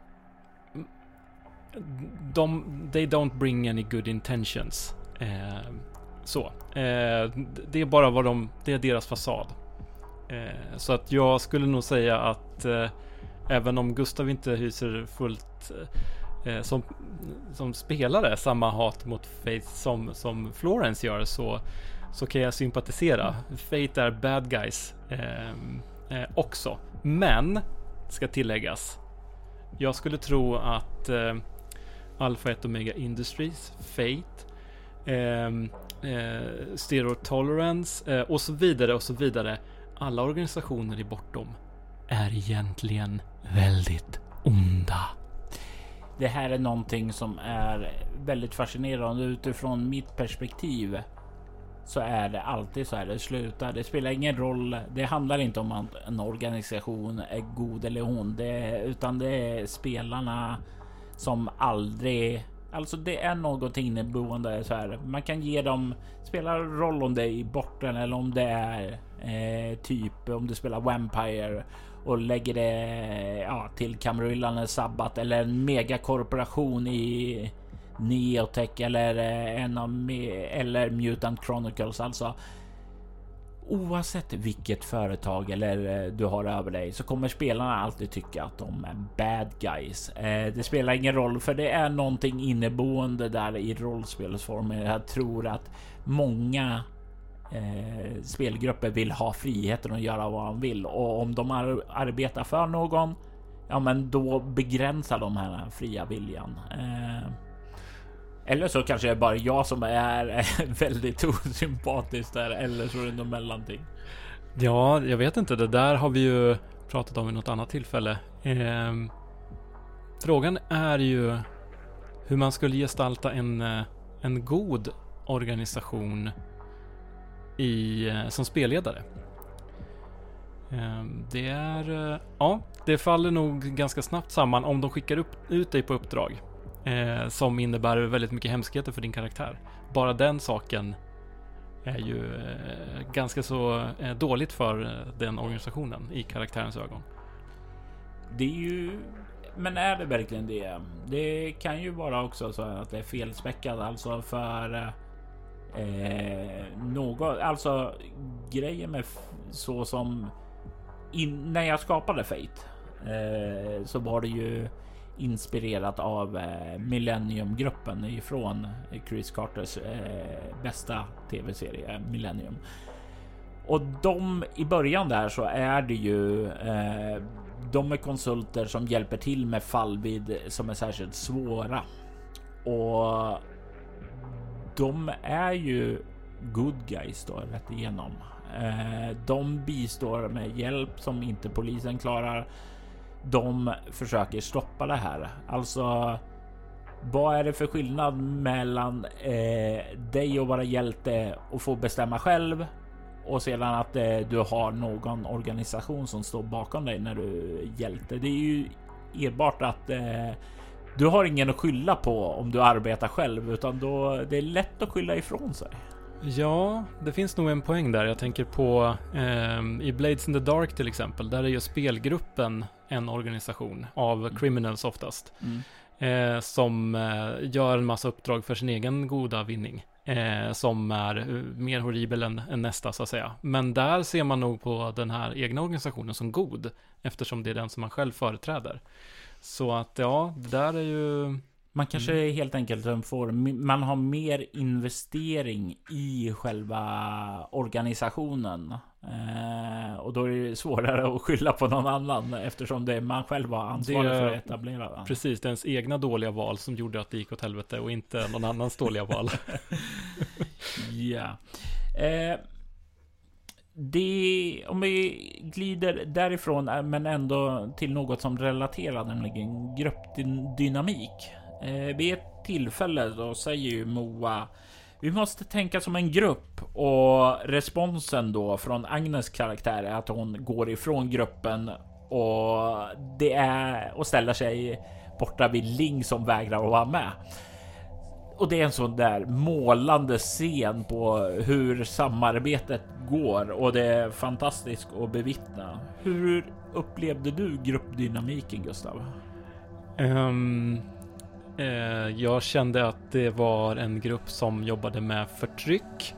de, they don't bring any good intentions. Uh, så. Uh, det är bara vad de, det är deras fasad. Uh, så att jag skulle nog säga att uh, även om Gustav inte hyser fullt uh, som, som spelare samma hat mot Fate som, som Florence gör, så, så kan jag sympatisera. Fate är bad guys uh, uh, också. Men, ska tilläggas, jag skulle tro att uh, Alpha ett Omega Industries, Fate, eh, eh, Zero Tolerance eh, och så vidare och så vidare. Alla organisationer i Bortom är egentligen väldigt onda. Det här är någonting som är väldigt fascinerande. Utifrån mitt perspektiv så är det alltid så här det slutar. Det spelar ingen roll. Det handlar inte om att en organisation är god eller ond, det, utan det är spelarna som aldrig, alltså det är något inneboende så här. Man kan ge dem, spelar roll om det är i borten eller om det är eh, typ om du spelar Vampire och lägger det ja, till Camarilla eller Sabbat eller en megakorporation i Neotech eller en av me- eller Mutant Chronicles, alltså oavsett vilket företag eller du har över dig så kommer spelarna alltid tycka att de är bad guys. Eh, det spelar ingen roll, för det är någonting inneboende där i rollspelsformen. Jag tror att många eh, spelgrupper vill ha friheten att göra vad de vill, och om de ar- arbetar för någon, ja men då begränsar de här fria viljan. Eh, Eller så kanske det är bara jag som är väldigt osympatisk där, eller så är det något mellanting. Ja, jag vet inte. Det där har vi ju pratat om i något annat tillfälle. Eh, frågan är ju hur man skulle gestalta en, en god organisation i, som spelledare. Eh, det är, ja, det faller nog ganska snabbt samman om de skickar upp, ut dig på uppdrag. Eh, som innebär väldigt mycket hemskheter för din karaktär. Bara den saken är ju eh, ganska så eh, dåligt för eh, den organisationen i karaktärens ögon. Det är ju, men är det verkligen det? Det kan ju vara också så att det är felspäckat, alltså för eh, något, alltså grejen med f- så som in, när jag skapade Fate eh, så var det ju inspirerat av eh, Millennium-gruppen ifrån Chris Carters eh, bästa tv-serie Millennium. Och de i början där så är det ju eh, de är konsulter som hjälper till med fallvid som är särskilt svåra. Och de är ju good guys då rätt igenom. Eh, de bistår med hjälp som inte polisen klarar. De försöker stoppa det här. Alltså, vad är det för skillnad mellan eh, dig och vara hjälte och få bestämma själv, och sedan att eh, du har någon organisation som står bakom dig när du är hjälte? Det är ju enbart att eh, du har ingen att skylla på om du arbetar själv, utan då det är lätt att skylla ifrån sig. Ja, det finns nog en poäng där. Jag tänker på eh, i Blades in the Dark till exempel. Där är ju spelgruppen en organisation av mm. criminals oftast. Mm. Eh, som eh, gör en massa uppdrag för sin egen goda vinning. Eh, som är uh, mer horribel än, än nästa så att säga. Men där ser man nog på den här egna organisationen som god. Eftersom det är den som man själv företräder. Så att ja, det där är ju... Man kanske mm. helt enkelt får, man har mer investering i själva organisationen. Eh, och då är det svårare att skylla på någon annan eftersom det är man själv var ansvarig för att etablera den. Precis, det är ens egna dåliga val som gjorde att det gick åt helvete och inte någon annans dåliga val. Ja. Eh, det, om vi glider därifrån men ändå till något som relaterar, nämligen gruppdynamik. Eh, vid ett tillfälle då säger ju Moa: vi måste tänka som en grupp, och responsen då från Agnes karaktär är att hon går ifrån gruppen och det är och ställer sig borta vid Ling som vägrar att vara med. Och det är en sån där målande scen på hur samarbetet går och det är fantastiskt att bevittna. Hur upplevde du gruppdynamiken, Gustav? Um, eh, jag kände att det var en grupp som jobbade med förtryck.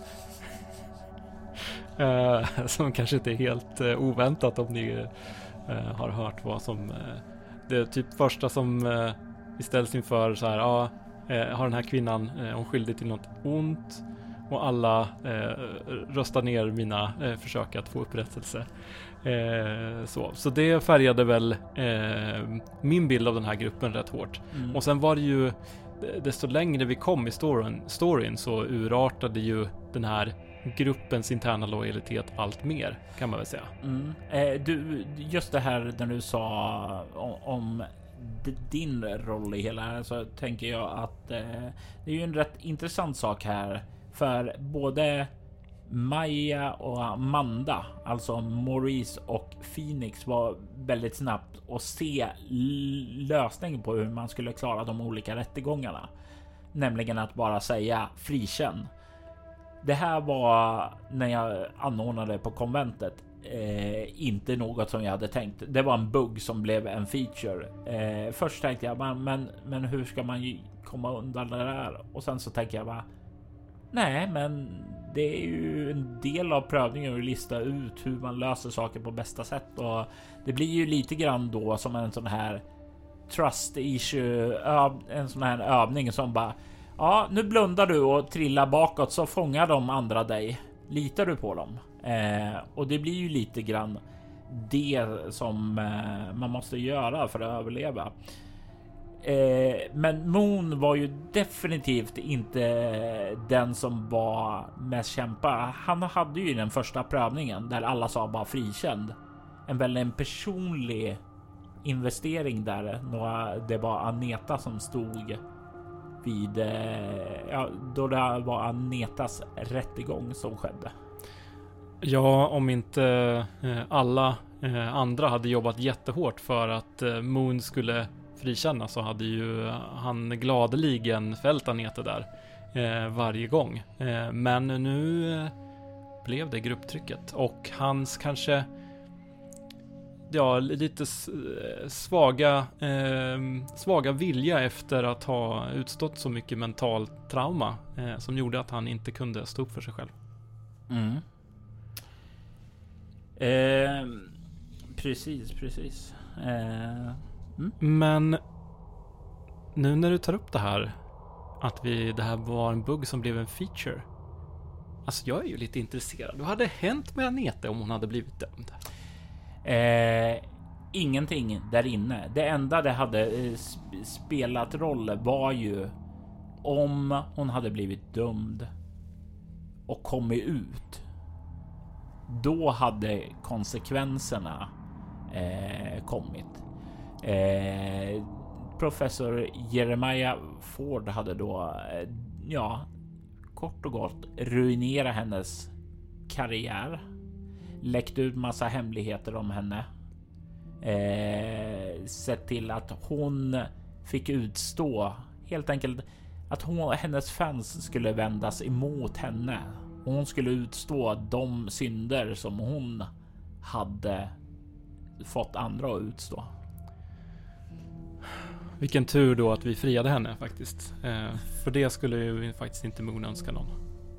uh, som kanske inte är helt uh, oväntat om ni uh, har hört vad som... Uh, det är typ första som uh, vi ställs inför så här, ja, uh, har den här kvinnan, uh, hon skyldig till något ont och alla uh, röstar ner mina uh, försök att få upprättelse. Eh, så. så det färgade väl eh, min bild av den här gruppen rätt hårt. Mm. Och sen var det ju, desto längre vi kom i storyn, storyn så urartade ju den här gruppens interna lojalitet allt mer, kan man väl säga. Mm. Eh, du, just det här när du sa om, om din roll i hela här, så tänker jag att eh, det är ju en rätt intressant sak här, för både Maja och Amanda, alltså Maurice och Phoenix, var väldigt snabbt att se lösningen på hur man skulle klara de olika rättegångarna. Nämligen att bara säga frikänn. Det här var, när jag anordnade på konventet, eh, inte något som jag hade tänkt. Det var en bugg som blev en feature. Eh, först tänkte jag, men, men, men hur ska man komma undan det där? Och sen så tänkte jag bara, nej, men det är ju en del av prövningen att lista ut hur man löser saker på bästa sätt. Och det blir ju lite grann då som en sån här trust issue, en sån här övning som bara, ja, nu blundar du och trillar bakåt så fångar de andra dig. Litar du på dem? Eh, och det blir ju lite grann det som eh, man måste göra för att överleva. Eh, men Moon var ju definitivt inte den som var mest kämpa. Han hade ju den första prövningen där alla sa bara frikänd. En väldigt en personlig investering där. Det var Aneta som stod vid, ja, då det var Anetas rättegång som skedde. Ja, om inte alla andra hade jobbat jättehårt för att Moon skulle frikänna, så hade ju han gladeligen fällt Aneta där eh, varje gång. Eh, men nu eh, blev det grupptrycket och hans kanske ja, lite svaga eh, svaga vilja efter att ha utstått så mycket mental trauma eh, som gjorde att han inte kunde stå upp för sig själv. Mm. Eh, precis, precis. Eh. Mm. Men nu när du tar upp det här, att vi, det här var en bugg som blev en feature. Alltså jag är ju lite intresserad. Vad hade hänt med Aneta om hon hade blivit dömd? Eh, ingenting där inne. Det enda det hade eh, spelat roll var ju om hon hade blivit dömd och kommit ut. Då hade konsekvenserna eh, kommit. Eh, professor Jeremiah Ford hade då eh, ja, kort och gott ruinera hennes karriär, läckt ut massa hemligheter om henne, eh, sett till att hon fick utstå, helt enkelt att hon, hennes fans skulle vändas emot henne och hon skulle utstå de synder som hon hade fått andra att utstå. Vilken tur då att vi friade henne faktiskt. Eh, för det skulle ju faktiskt inte Moon önska någon.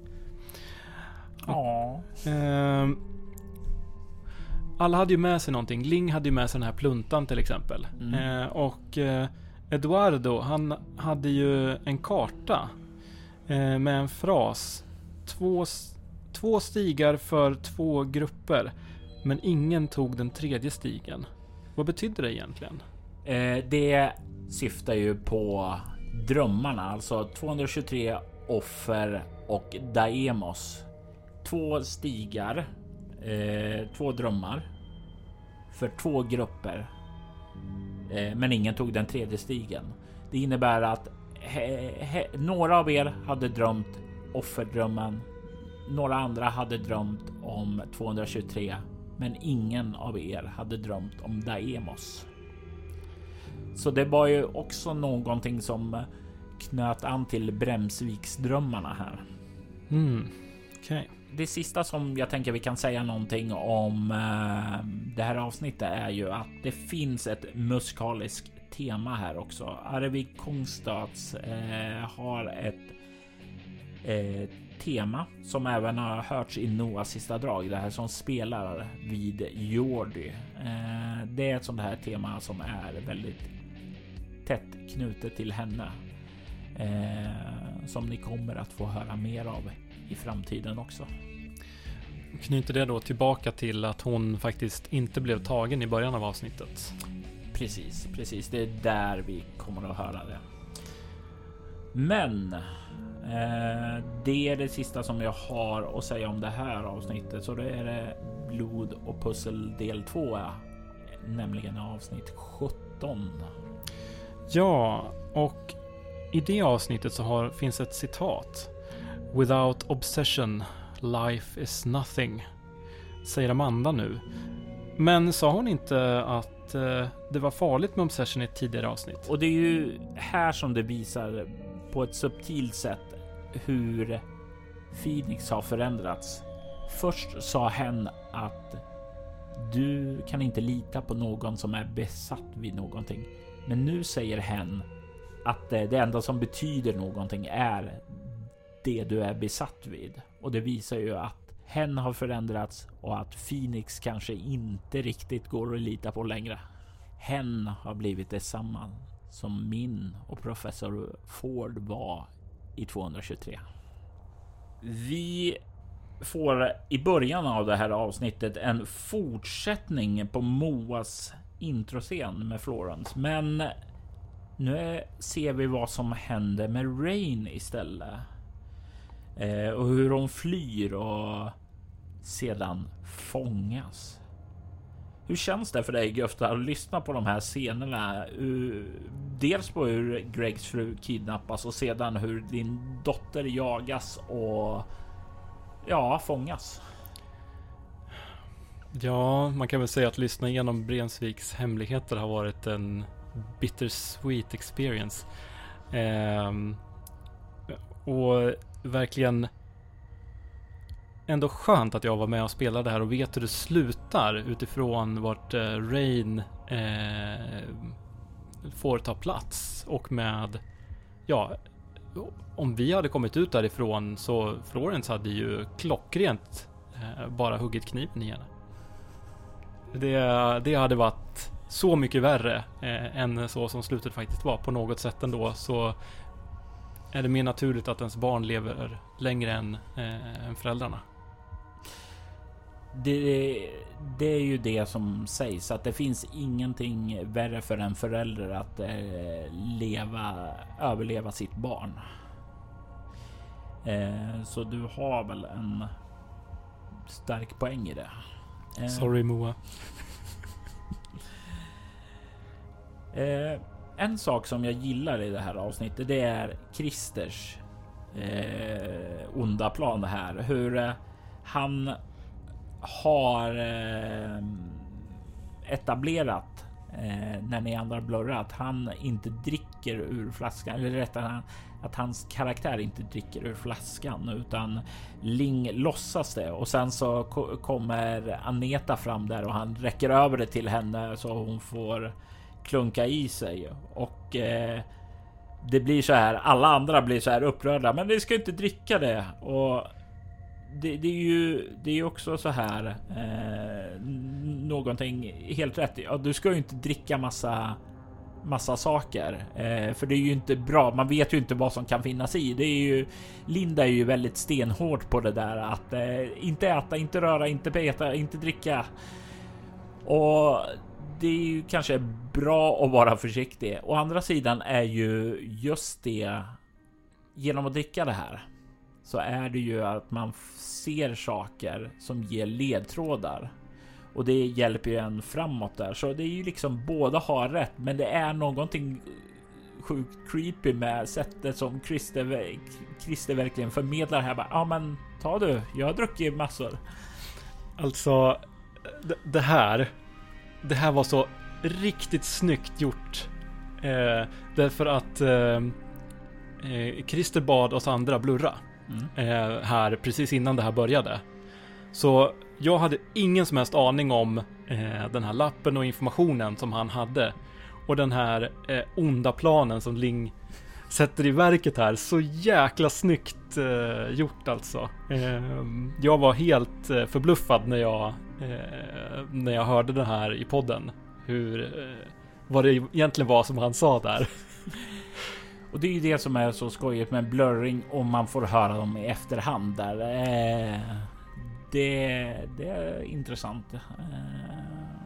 Ja. Eh, alla hade ju med sig någonting. Ling hade ju med sig den här pluntan till exempel. Mm. Eh, och eh, Eduardo, han hade ju en karta eh, med en fras. Två, två stigar för två grupper. Men ingen tog den tredje stigen. Vad betyder det egentligen? Eh, det syftar ju på drömmarna, alltså tvåhundratjugotre offer och Daemos. Två stigar, eh, två drömmar för två grupper. Eh, men ingen tog den tredje stigen. Det innebär att he, he, några av er hade drömt offerdrömmen. Några andra hade drömt om tvåhundratjugotre, men ingen av er hade drömt om Daemos. Så det var ju också någonting som knöt an till Bremsviksdrömmarna här. Mm, okej. Okay. Det sista som jag tänker vi kan säga någonting om eh, det här avsnittet är ju att det finns ett musikaliskt tema här också. Arvid Kongstads eh, har ett eh, tema som även har hörts i Noahs sista drag. Det här som spelar vid Jordi. Eh, det är ett sånt här tema som är väldigt tätt knutet till henne. Eh, som ni kommer att få höra mer av i framtiden också. Knyter det då tillbaka till att hon faktiskt inte blev tagen i början av avsnittet? Precis, precis. Det är där vi kommer att höra det. Men eh, det är det sista som jag har att säga om det här avsnittet. Så det är det blod och pussel del två, nämligen avsnitt sjutton. Ja, och i det avsnittet så har, finns ett citat. Without obsession, life is nothing, säger Amanda nu. Men sa hon inte att eh, det var farligt med obsession i ett tidigare avsnitt? Och det är ju här som det visar på ett subtilt sätt hur Phoenix har förändrats. Först sa hen att du kan inte lita på någon som är besatt vid någonting. Men nu säger hen att det enda som betyder någonting är det du är besatt vid. Och det visar ju att hen har förändrats och att Phoenix kanske inte riktigt går att lita på längre. Hen har blivit detsamma som min och professor Ford var i tvåhundratjugotre. Vi får i början av det här avsnittet en fortsättning på Moas introscen med Florence. Men nu är, ser vi vad som händer med Rain istället. Eh, och hur hon flyr och sedan fångas. Hur känns det för dig, Gustav, att lyssna på de här scenerna? Uh, dels på hur Gregs fru kidnappas och sedan hur din dotter jagas och ja, fångas. Ja, man kan väl säga att lyssna igenom Bremsviks hemligheter har varit en bittersweet experience. Um, och verkligen ändå skönt att jag var med och spelade här och vet hur det slutar utifrån vart eh, Rain eh, får ta plats. Och med, ja, om vi hade kommit ut därifrån så Florence hade ju klockrent eh, bara huggit kniven i henne. Det, det hade varit så mycket värre eh, än så som slutet faktiskt var på något sätt ändå. Så är det mer naturligt att ens barn lever längre än, eh, än föräldrarna. Det, det är ju det som sägs, att det finns ingenting värre för en förälder att eh, leva, överleva sitt barn. Eh, så du har väl en stark poäng i det. Eh, Sorry Moa. eh, en sak som jag gillar i det här avsnittet, det är Christers eh, onda plan här. Hur eh, han har eh, etablerat eh, när ni andra blurrar att han inte dricker ur flaskan, eller rättare att hans karaktär inte dricker ur flaskan, utan Ling låtsas det, och sen så ko- kommer Aneta fram där och han räcker över det till henne så hon får klunka i sig, och eh, det blir så här, alla andra blir så här upprörda, men ni ska inte dricka det, och Det, det är ju det är också så här eh, någonting helt rätt. Ja, du ska ju inte dricka massa massa saker eh, för det är ju inte bra. Man vet ju inte vad som kan finnas i. Det är ju Linda är ju väldigt stenhård på det där att eh, inte äta, inte röra, inte peta, inte dricka. Och det är ju kanske bra att vara försiktig. Å andra sidan är ju just det, genom att dricka det här så är det ju att man ser saker som ger ledtrådar. Och det hjälper ju en framåt där. Så det är ju liksom, båda har rätt. Men det är någonting sjukt creepy med sättet som Christer, Christer verkligen förmedlar här. Ja, men ta du, jag har druckit massor. Alltså, det, det här Det här var så riktigt snyggt gjort Eh, därför att eh, eh, Christer bad oss andra blurra Mm. eh, här precis innan det här började. Så jag hade ingen som helst aning om eh, den här lappen och informationen som han hade. Och den här eh, onda planen som Ling sätter i verket här. Så jäkla snyggt eh, gjort alltså. Eh, jag var helt eh, förbluffad när jag, eh, när jag hörde det här i podden. Hur, eh, vad det egentligen var som han sa där. Och det är ju det som är så skojigt med blurring om man får höra dem i efterhand där. Eh, det, det är intressant. Eh,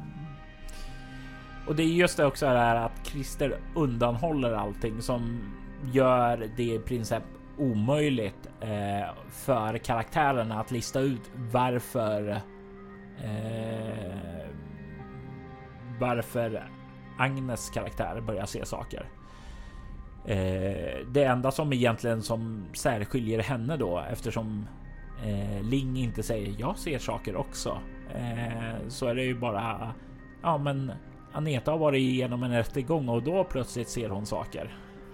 och det är just det också här att Christer undanhåller allting som gör det i princip omöjligt eh, för karaktärerna att lista ut varför eh, varför Agnes karaktär börjar se saker. Eh, det enda som egentligen som särskiljer henne då, eftersom eh, Ling inte säger jag ser saker också, eh, så är det ju bara ja men Aneta har varit igenom en rättegång och då plötsligt ser hon saker.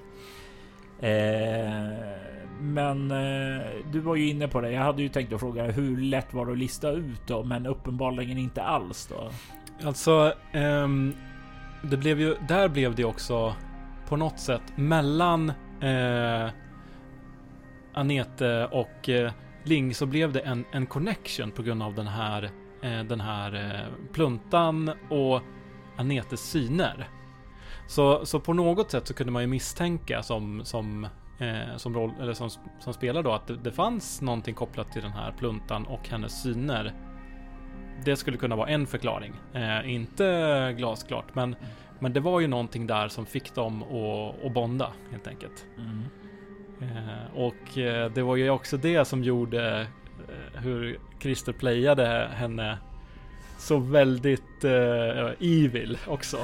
Eh, men eh, du var ju inne på det. Jag hade ju tänkt att fråga hur lätt var det att lista ut då, men uppenbarligen inte alls då. Alltså, ehm, det blev ju, där blev det också på något sätt mellan eh, Anete och eh, Ling så blev det en, en connection på grund av den här, eh, den här eh, pluntan och Anetes syner. Så, så på något sätt så kunde man ju misstänka som, som, eh, som, roll, eller som, som spelare då att det, det fanns någonting kopplat till den här pluntan och hennes syner. Det skulle kunna vara en förklaring. Eh, inte glasklart, men, men det var ju någonting där som fick dem att, att bonda helt enkelt. Mm. Eh, och eh, det var ju också det som gjorde eh, hur Christer playade henne så väldigt eh, evil också.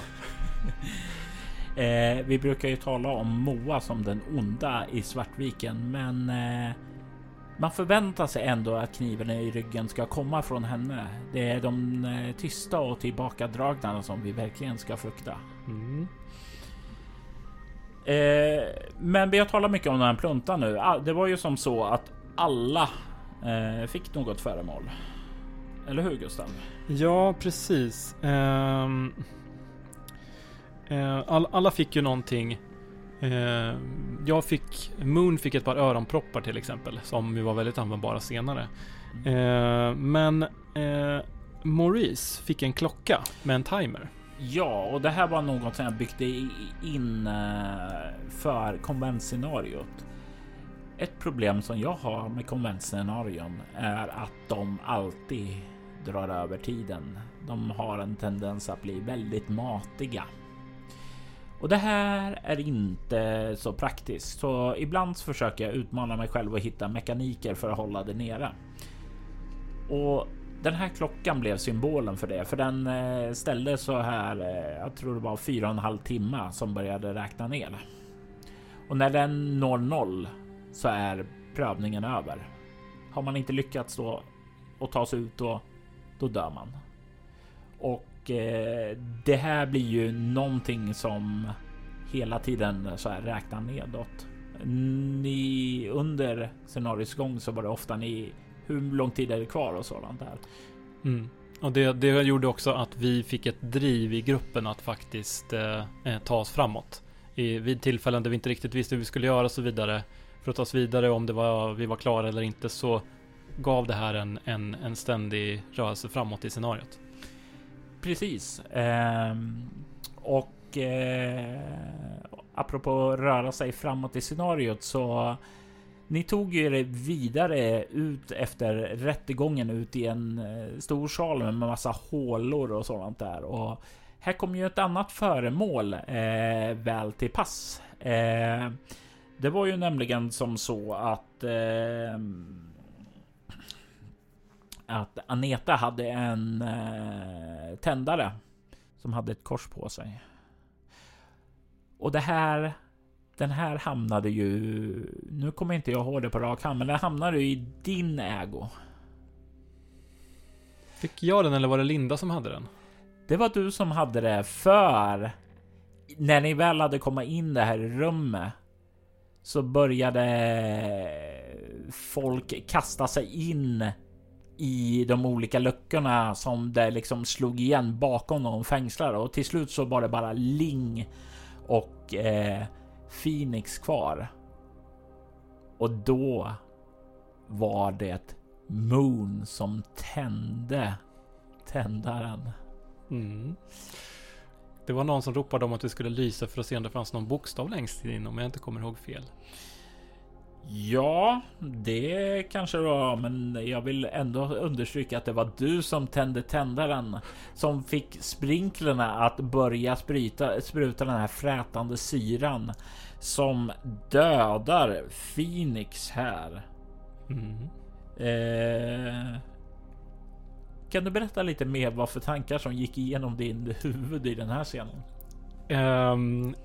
eh, vi brukar ju tala om Moa som den onda i Svartviken, men eh, man förväntar sig ändå att kniven i ryggen ska komma från henne. Det är de eh, tysta och tillbakadragna som vi verkligen ska frukta. Mm. Eh, men vi har talat mycket om den här pluntan nu. Det var ju som så att alla eh, fick något föremål. Eller hur, Gustav? Ja, precis. Um, uh, all, alla fick ju någonting. Uh, jag fick, Moon fick ett par öronproppar till exempel, som ju var väldigt användbara senare. Uh, men uh, Maurice fick en klocka med en timer. Ja, och det här var något som jag byggde in för konventscenariot. Ett problem som jag har med konventscenarion är att de alltid drar över tiden. De har en tendens att bli väldigt matiga. Och det här är inte så praktiskt. Så ibland försöker jag utmana mig själv och hitta mekaniker för att hålla det nere. Och den här klockan blev symbolen för det. För den ställde så här, jag tror det var fyra och en halv timme som började räkna ner. Och när den når noll så är prövningen över. Har man inte lyckats då och ta sig ut då, då dör man. Och eh, det här blir ju någonting som hela tiden så här räknar nedåt. Ni, under scenarios gång så var det ofta ni, hur lång tid är det kvar och sådant där. Mm. Och det, det gjorde också att vi fick ett driv i gruppen att faktiskt eh, ta oss framåt. I, vid tillfällen där vi inte riktigt visste hur vi skulle göra och så vidare. För att ta oss vidare om det var, vi var klara eller inte, så gav det här en, en, en ständig rörelse framåt i scenariot. Precis. Ehm, och eh, apropå röra sig framåt i scenariot, så ni tog er vidare ut efter rättegången ut i en stor sal med massa hålor och sådant där. Och här kom ju ett annat föremål eh, väl till pass. Eh, det var ju nämligen som så att eh, att Aneta hade en eh, tändare som hade ett kors på sig. Och det här, den här hamnade ju, nu kommer inte jag ihåg det på rak hand, men den hamnade ju i din ägo. Fick jag den eller var det Linda som hade den? Det var du som hade det, för när ni väl hade kommit in det här rummet så började folk kasta sig in i de olika luckorna som det liksom slog igen bakom de fängslade, och till slut så var det bara Ling och eh, Phoenix kvar. Och då var det Moon som tände tändaren. Mm. Det var någon som ropade om att vi skulle lysa för att se om det fanns någon bokstav längst in, om jag inte kommer ihåg fel. Ja, det kanske det var, men jag vill ändå understryka att det var du som tände tändaren, som fick sprinklerna att börja spruta, spruta den här frätande syran som dödar Phoenix här. Mm. Eh, kan du berätta lite mer vad för tankar som gick igenom din huvud i den här scenen? Um,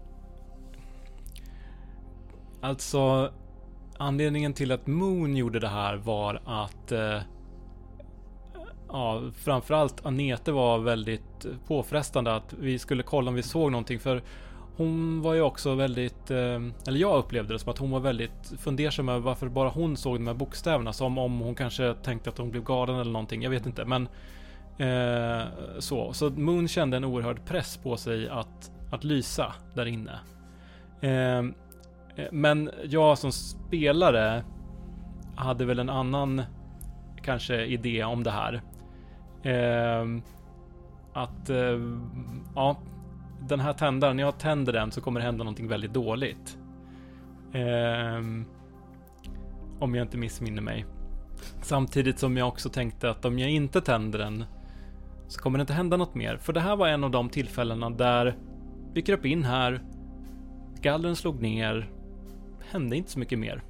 alltså anledningen till att Moon gjorde det här var att uh, ja, framförallt Anette var väldigt påfrestande att vi skulle kolla om vi såg någonting, för hon var ju också väldigt, uh, eller jag upplevde det som att hon var väldigt fundersam över varför bara hon såg de här bokstäverna, som om hon kanske tänkte att hon blev galen eller någonting, jag vet inte, men uh, så. Så Moon kände en oerhörd press på sig att, att lysa där inne. Uh, Men jag som spelare hade väl en annan kanske idé om det här. Eh, att eh, ja, den här tändaren, när jag tänder den så kommer det hända någonting väldigt dåligt. Eh, om jag inte missminner mig. Samtidigt som jag också tänkte att om jag inte tänder den så kommer det inte hända något mer. För det här var en av de tillfällena där vi kröp in här, gallren slog ner, hände inte så mycket mer.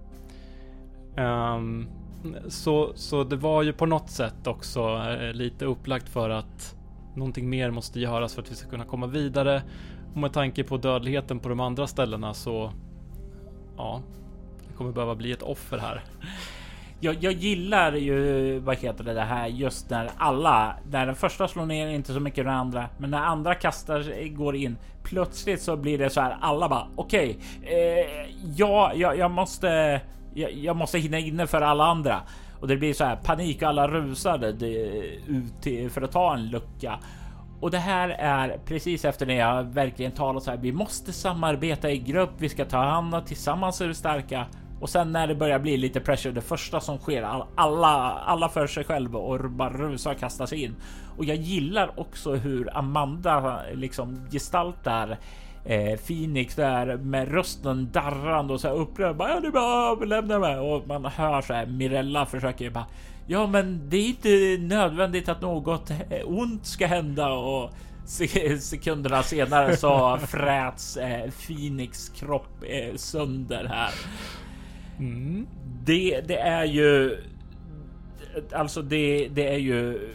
Um, så, så det var ju på något sätt också eh, lite upplagt för att någonting mer måste göras för att vi ska kunna komma vidare. Och med tanke på dödligheten på de andra ställena så ja, det kommer behöva bli ett offer här. Jag, jag gillar ju, vad heter det, det här just när alla, när den första slår ner inte så mycket den andra, men när andra kastar går in, plötsligt så blir det så här, alla bara okej, okay, eh, ja, jag, jag måste jag, jag måste hinna inne för alla andra, och det blir så här panik och alla rusade det, ut till, för att ta en lucka. Och det här är precis efter när jag verkligen talat så här, vi måste samarbeta i grupp, vi ska ta hand tillsammans är vi starka. Och sen när det börjar bli lite pressure, det första som sker, alla, alla för sig själva och bara rusar och kastar sig in. Och jag gillar också hur Amanda liksom gestaltar eh, Phoenix där med rösten darrande och så här upprörd. Bara, ja, du bara överlämna mig. Och man hör så här, Mirella försöker bara, ja men det är inte nödvändigt att något ont ska hända. Och sekunderna senare så fräts eh, Phoenix kropp eh, sönder här. Mm. Det, det är ju alltså det, det är ju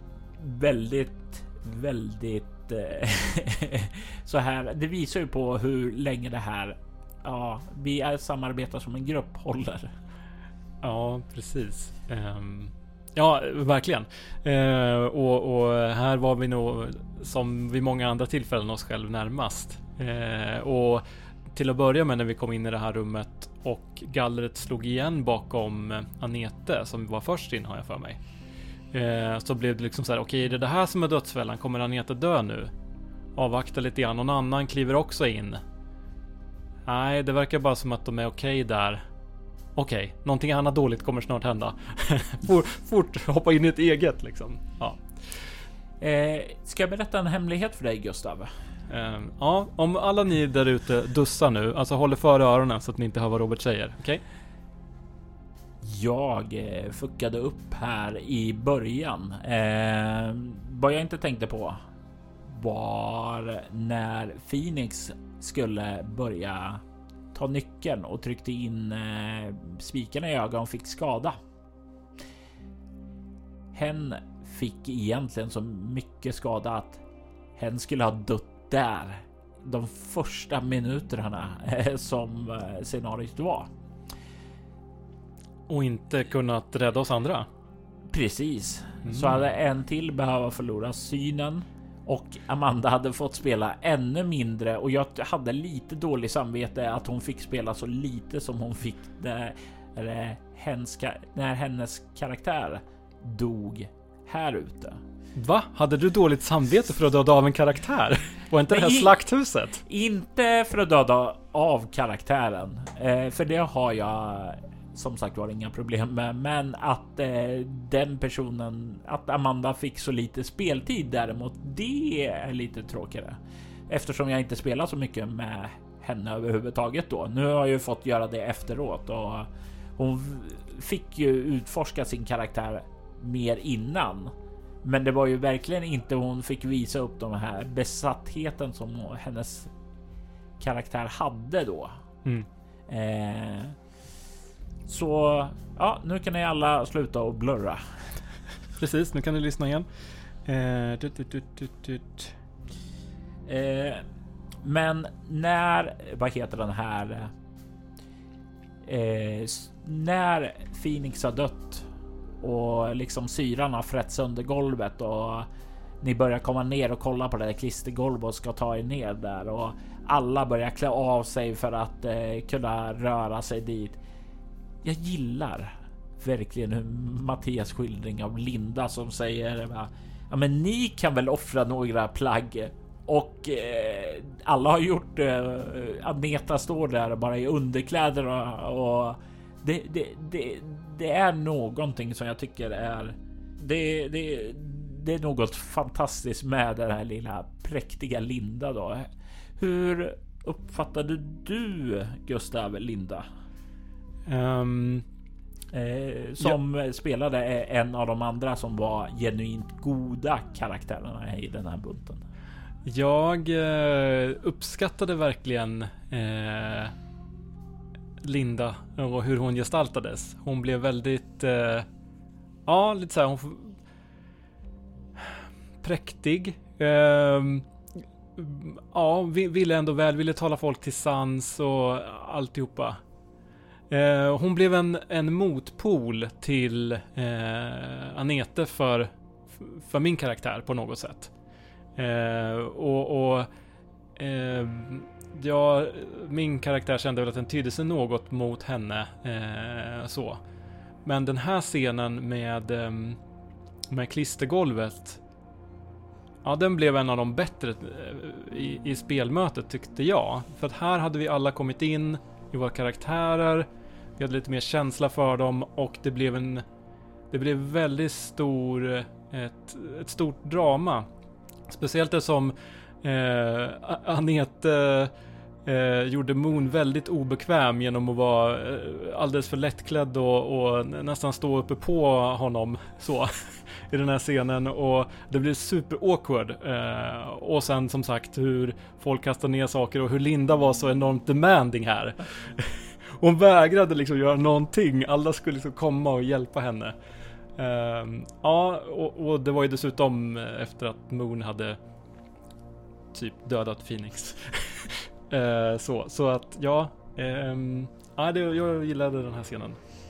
väldigt väldigt eh, så här, det visar ju på hur länge det här, ja, vi är samarbetar som en grupp håller. Ja, precis. Um, ja, verkligen. Uh, och, och här var vi nog som vid många andra tillfällen oss själv närmast. Uh, och till att börja med när vi kom in i det här rummet och gallret slog igen bakom Anette som var först in, har jag för mig. Eh, så blev det liksom så här, okej, okay, är det det här som är dödsfällan? Kommer Anette dö nu? Avvakta lite grann. Någon annan kliver också in. Nej, det verkar bara som att de är okej okay där. Okej, okay, någonting annat dåligt kommer snart hända. fort, fort hoppa in i ett eget liksom. Ja. Eh, ska jag berätta en hemlighet för dig, Gustav? Uh, ja, om alla ni där ute dussar nu, alltså håller för öronen så att ni inte hör vad Robert säger, okej? Okay? Jag eh, fuckade upp här i början. Eh, vad jag inte tänkte på var när Phoenix skulle börja ta nyckeln och tryckte in eh, spikarna i ögonen och fick skada. Hen fick egentligen så mycket skada att hen skulle ha dött där de första minuterna eh, som eh, scenariot var. Och inte kunnat rädda oss andra. Precis. Mm. Så hade en till behöva förlora synen och Amanda hade fått spela ännu mindre, och jag hade lite dålig samvete att hon fick spela så lite som hon fick när, när, hennes, när hennes karaktär dog här ute. Va? Hade du dåligt samvete för att döda av en karaktär? Var inte det här slakthuset? Inte för att döda av karaktären, eh, för det har jag som sagt var inga problem med, men att eh, den personen, att Amanda fick så lite speltid däremot, det är lite tråkigare. Eftersom jag inte spelar så mycket med henne överhuvudtaget då. Nu har jag ju fått göra det efteråt, och hon fick ju utforska sin karaktär mer innan. Men det var ju verkligen inte hon fick visa upp de här besattheten som hennes karaktär hade då. Mm. Eh, så ja, nu kan ni alla sluta och blurra. Precis, nu kan ni lyssna igen. Eh, tut, tut, tut, tut, tut. Eh, men när, vad heter den här? Eh, när Phoenix har dött och liksom syran har frätt sönder golvet och ni börjar komma ner och kolla på det där klistergolvet och ska ta er ner där, och alla börjar klä av sig för att eh, kunna röra sig dit. Jag gillar verkligen hur Mattias skildring av Linda som säger, ja men ni kan väl offra några plagg, och eh, alla har gjort eh, Agneta står där bara i underkläder, och, och det, det, det, det är någonting som jag tycker är det, det, det är något fantastiskt med den här lilla präktiga Linda då. Hur uppfattade du Gustav Linda? Um, eh, som ja. spelade en av de andra som var genuint goda karaktärerna i den här bunten. Jag eh, uppskattade verkligen eh, Linda och hur hon gestaltades. Hon blev väldigt eh, ja, lite så här, hon präktig. Eh, ja, ville ändå väl, ville tala folk till sans och alltihopa. Eh, hon blev en, en motpol till eh, Anette för, för min karaktär på något sätt. Eh, och och eh, ja, min karaktär kände väl att den tydde sig något mot henne eh, så. Men den här scenen med eh, med klistergolvet, ja, den blev en av de bättre eh, i, i spelmötet tyckte jag. För att här hade vi alla kommit in i våra karaktärer, vi hade lite mer känsla för dem, och det blev en det blev väldigt stor ett, ett stort drama. Speciellt det som eh, Anette eh, gjorde Moon väldigt obekväm genom att vara eh, alldeles för lättklädd och, och nästan stå uppe på honom så i den här scenen, och det blev super awkward. Eh, och sen som sagt hur folk kastade ner saker och hur Linda var så enormt demanding här. Hon vägrade liksom göra någonting. Alla skulle liksom komma och hjälpa henne. Uh, ja, och, och det var ju dessutom efter att Moon hade typ dödat Phoenix. uh, så, så att ja, um, ja det, jag gillade den här scenen.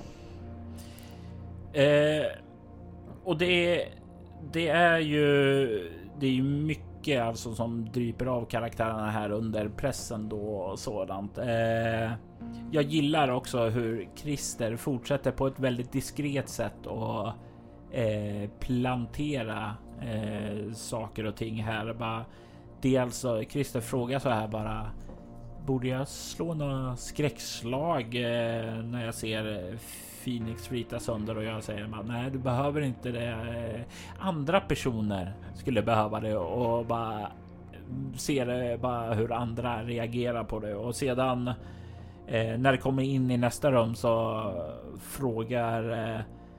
Uh, och det, det är ju det är ju mycket alltså som dryper av karaktärerna här under pressen då och sådant. Uh, Jag gillar också hur Christer fortsätter på ett väldigt diskret sätt och eh, plantera eh, saker och ting här. Bara, det är alltså, Christer frågar så här bara, borde jag slå några skräckslag eh, när jag ser Phoenix frita sönder? Och jag säger bara, nej du behöver inte det. Eh, andra personer skulle behöva det, och bara ser bara hur andra reagerar på det. Och sedan Eh, när det kommer in i nästa rum så frågar eh,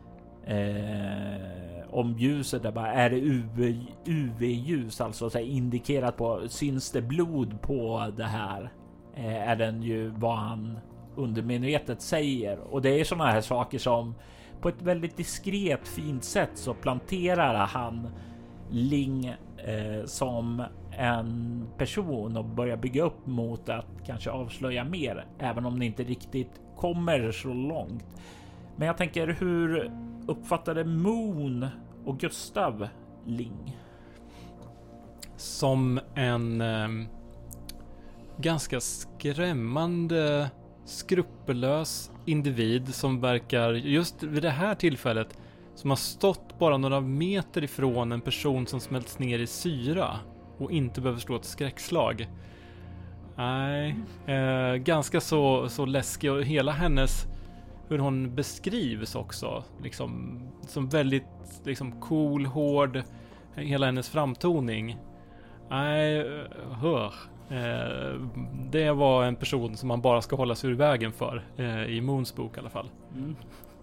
eh, om ljuset där bara, är det U V-ljus, alltså så här, indikerat på, syns det blod på det här, eh, är den ju vad han undermedvetet säger. Och det är sådana här saker som på ett väldigt diskret fint sätt så planterar han Ling eh, som en person och börja bygga upp mot att kanske avslöja mer, även om det inte riktigt kommer så långt. Men jag tänker, hur uppfattade Moon och Gustav Ling? som en eh, ganska skrämmande, skrupellös individ som verkar just vid det här tillfället som har stått bara några meter ifrån en person som smälts ner i syra och inte behöver slå ett skräckslag. Nej, eh, ganska så, så läskig, och hela hennes, hur hon beskrivs också, liksom, som väldigt liksom cool, hård, hela hennes framtoning. Nej, hör. Eh, det var en person som man bara ska hålla sig ur vägen för, eh, i Moons bok i alla fall. Mm.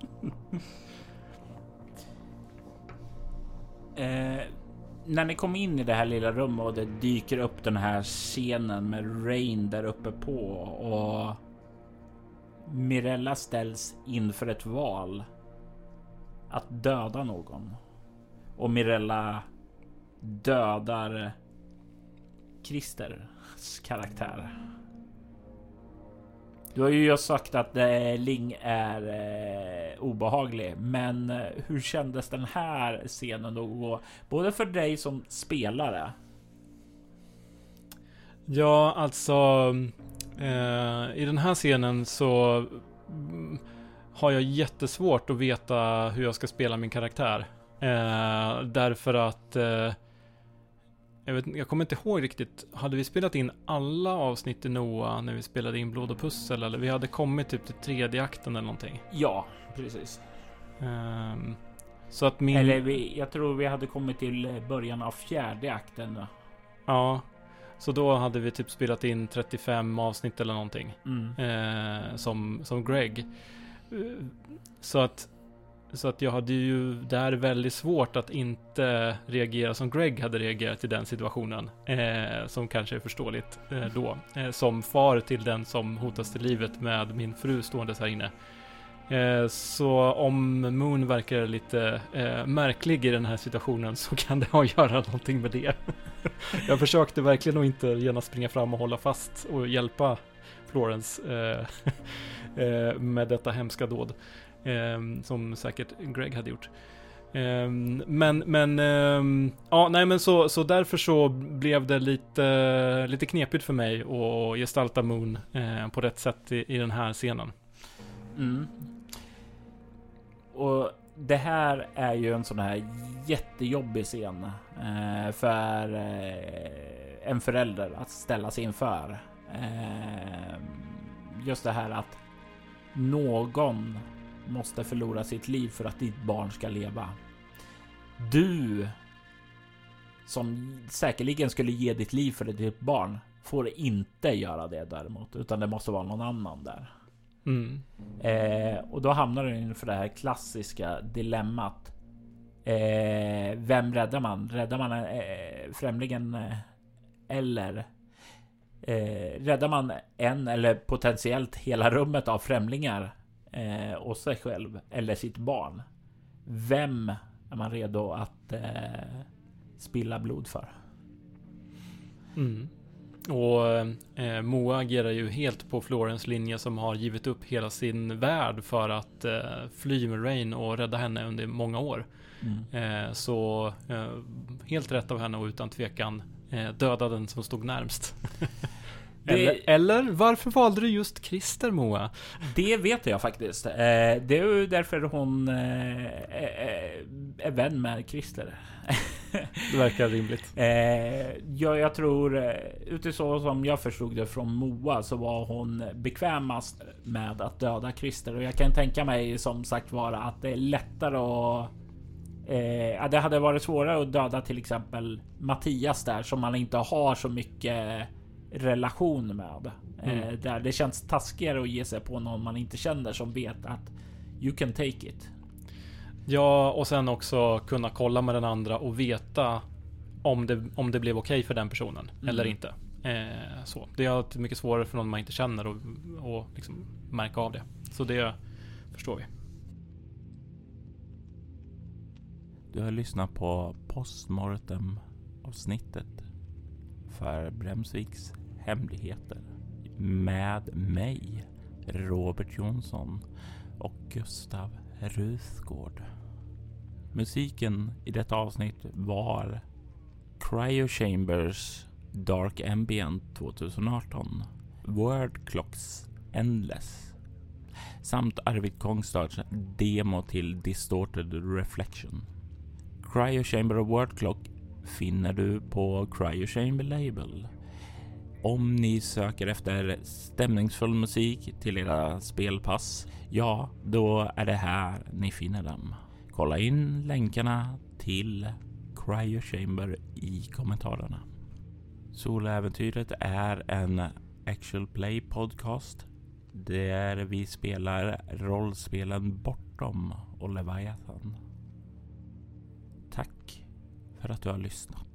eh, när ni kom in i det här lilla rummet och det dyker upp den här scenen med Rain där uppe på och Mirella ställs inför ett val att döda någon, och Mirella dödar Christers karaktär. Du har ju just sagt att eh, Ling är eh, obehaglig, men eh, hur kändes den här scenen då gå, både för dig som spelare? Ja, alltså eh, i den här scenen så mm, har jag jättesvårt att veta hur jag ska spela min karaktär. Eh, därför att eh, jag, vet, jag kommer inte ihåg riktigt. Hade vi spelat in alla avsnitt i Noah när vi spelade in Blod och pussel, eller vi hade kommit typ till tredje akten eller någonting? Ja, precis. Eh, så att min... Eller vi, jag tror vi hade kommit till början av fjärde akten då. Ja, så då hade vi typ spelat in trettiofem avsnitt eller någonting. Mm. Eh, som, som Greg. Så att Så att jag hade ju där väldigt svårt att inte reagera som Greg hade reagerat i den situationen. Eh, som kanske är förståeligt eh, då. Eh, som far till den som hotas till livet med min fru stående här inne. Eh, så om Moon verkar lite eh, märklig i den här situationen så kan det ha att göra någonting med det. Jag försökte verkligen att inte gärna springa fram och hålla fast och hjälpa Florence eh, eh, med detta hemska dåd. Um, som säkert Greg hade gjort. Um, men men um, ja, nej men så så därför så blev det lite lite knepigt för mig att gestalta Moon uh, på rätt sätt i, i den här scenen. Mm. Och det här är ju en sån här jättejobbig scen eh, för eh, en förälder att ställa sig inför. Eh, just det här att någon måste förlora sitt liv för att ditt barn ska leva. Du som säkerligen skulle ge ditt liv för ditt barn får inte göra det däremot, utan det måste vara någon annan där. Mm. Eh, och då hamnar du inför det här klassiska dilemmat. Eh, vem räddar man? Räddar man eh, främlingen eh, eller eh, räddar man en eller potentiellt hela rummet av främlingar eh, och sig själv eller sitt barn? Vem är man redo att eh, spilla blod för? Mm. Och eh, Moa agerar ju helt på Florence linje, som har givit upp hela sin värld för att eh, fly med Rain och rädda henne under många år. Mm. Eh, så eh, helt rätt av henne och utan tvekan eh, döda den som stod närmst. Det... eller, eller varför valde du just Christer, Moa? Det vet jag faktiskt. Eh, det är ju därför hon eh, är, är vän med Christer. Det verkar rimligt. Eh, jag, jag tror, utifrån som jag förstod det från Moa, så var hon bekvämast med att döda Christer. Och jag kan tänka mig som sagt vara att det är lättare att eh, det hade varit svårare att döda till exempel Mattias där, som man inte har så mycket relation med. Mm. Eh, där det känns taskigare att ge sig på någon man inte känner, som vet att you can take it. Ja, och sen också kunna kolla med den andra och veta om det, om det blev okej för den personen mm. eller inte. Eh, så. Det är alltid mycket svårare för någon man inte känner och, och liksom märka av det. Så det förstår vi. Du har lyssnat på Postmortem avsnittet för Bremsviks hemligheter med mig, Robert Jonsson och Gustav Rusgård. Musiken i detta avsnitt var Cryo Chambers Dark Ambient tjugoarton, Word Clocks Endless samt Arvid Kongstads demo till Distorted Reflection. Cryo Chamber och Word Clock finner du på Cryo Chamber Label. Om ni söker efter stämningsfull musik till era spelpass, ja, då är det här ni finner dem. Kolla in länkarna till Cryo Chamber i kommentarerna. Soläventyret är en actual play podcast där vi spelar rollspelen Bortom och Leviathan. Tack för att du har lyssnat.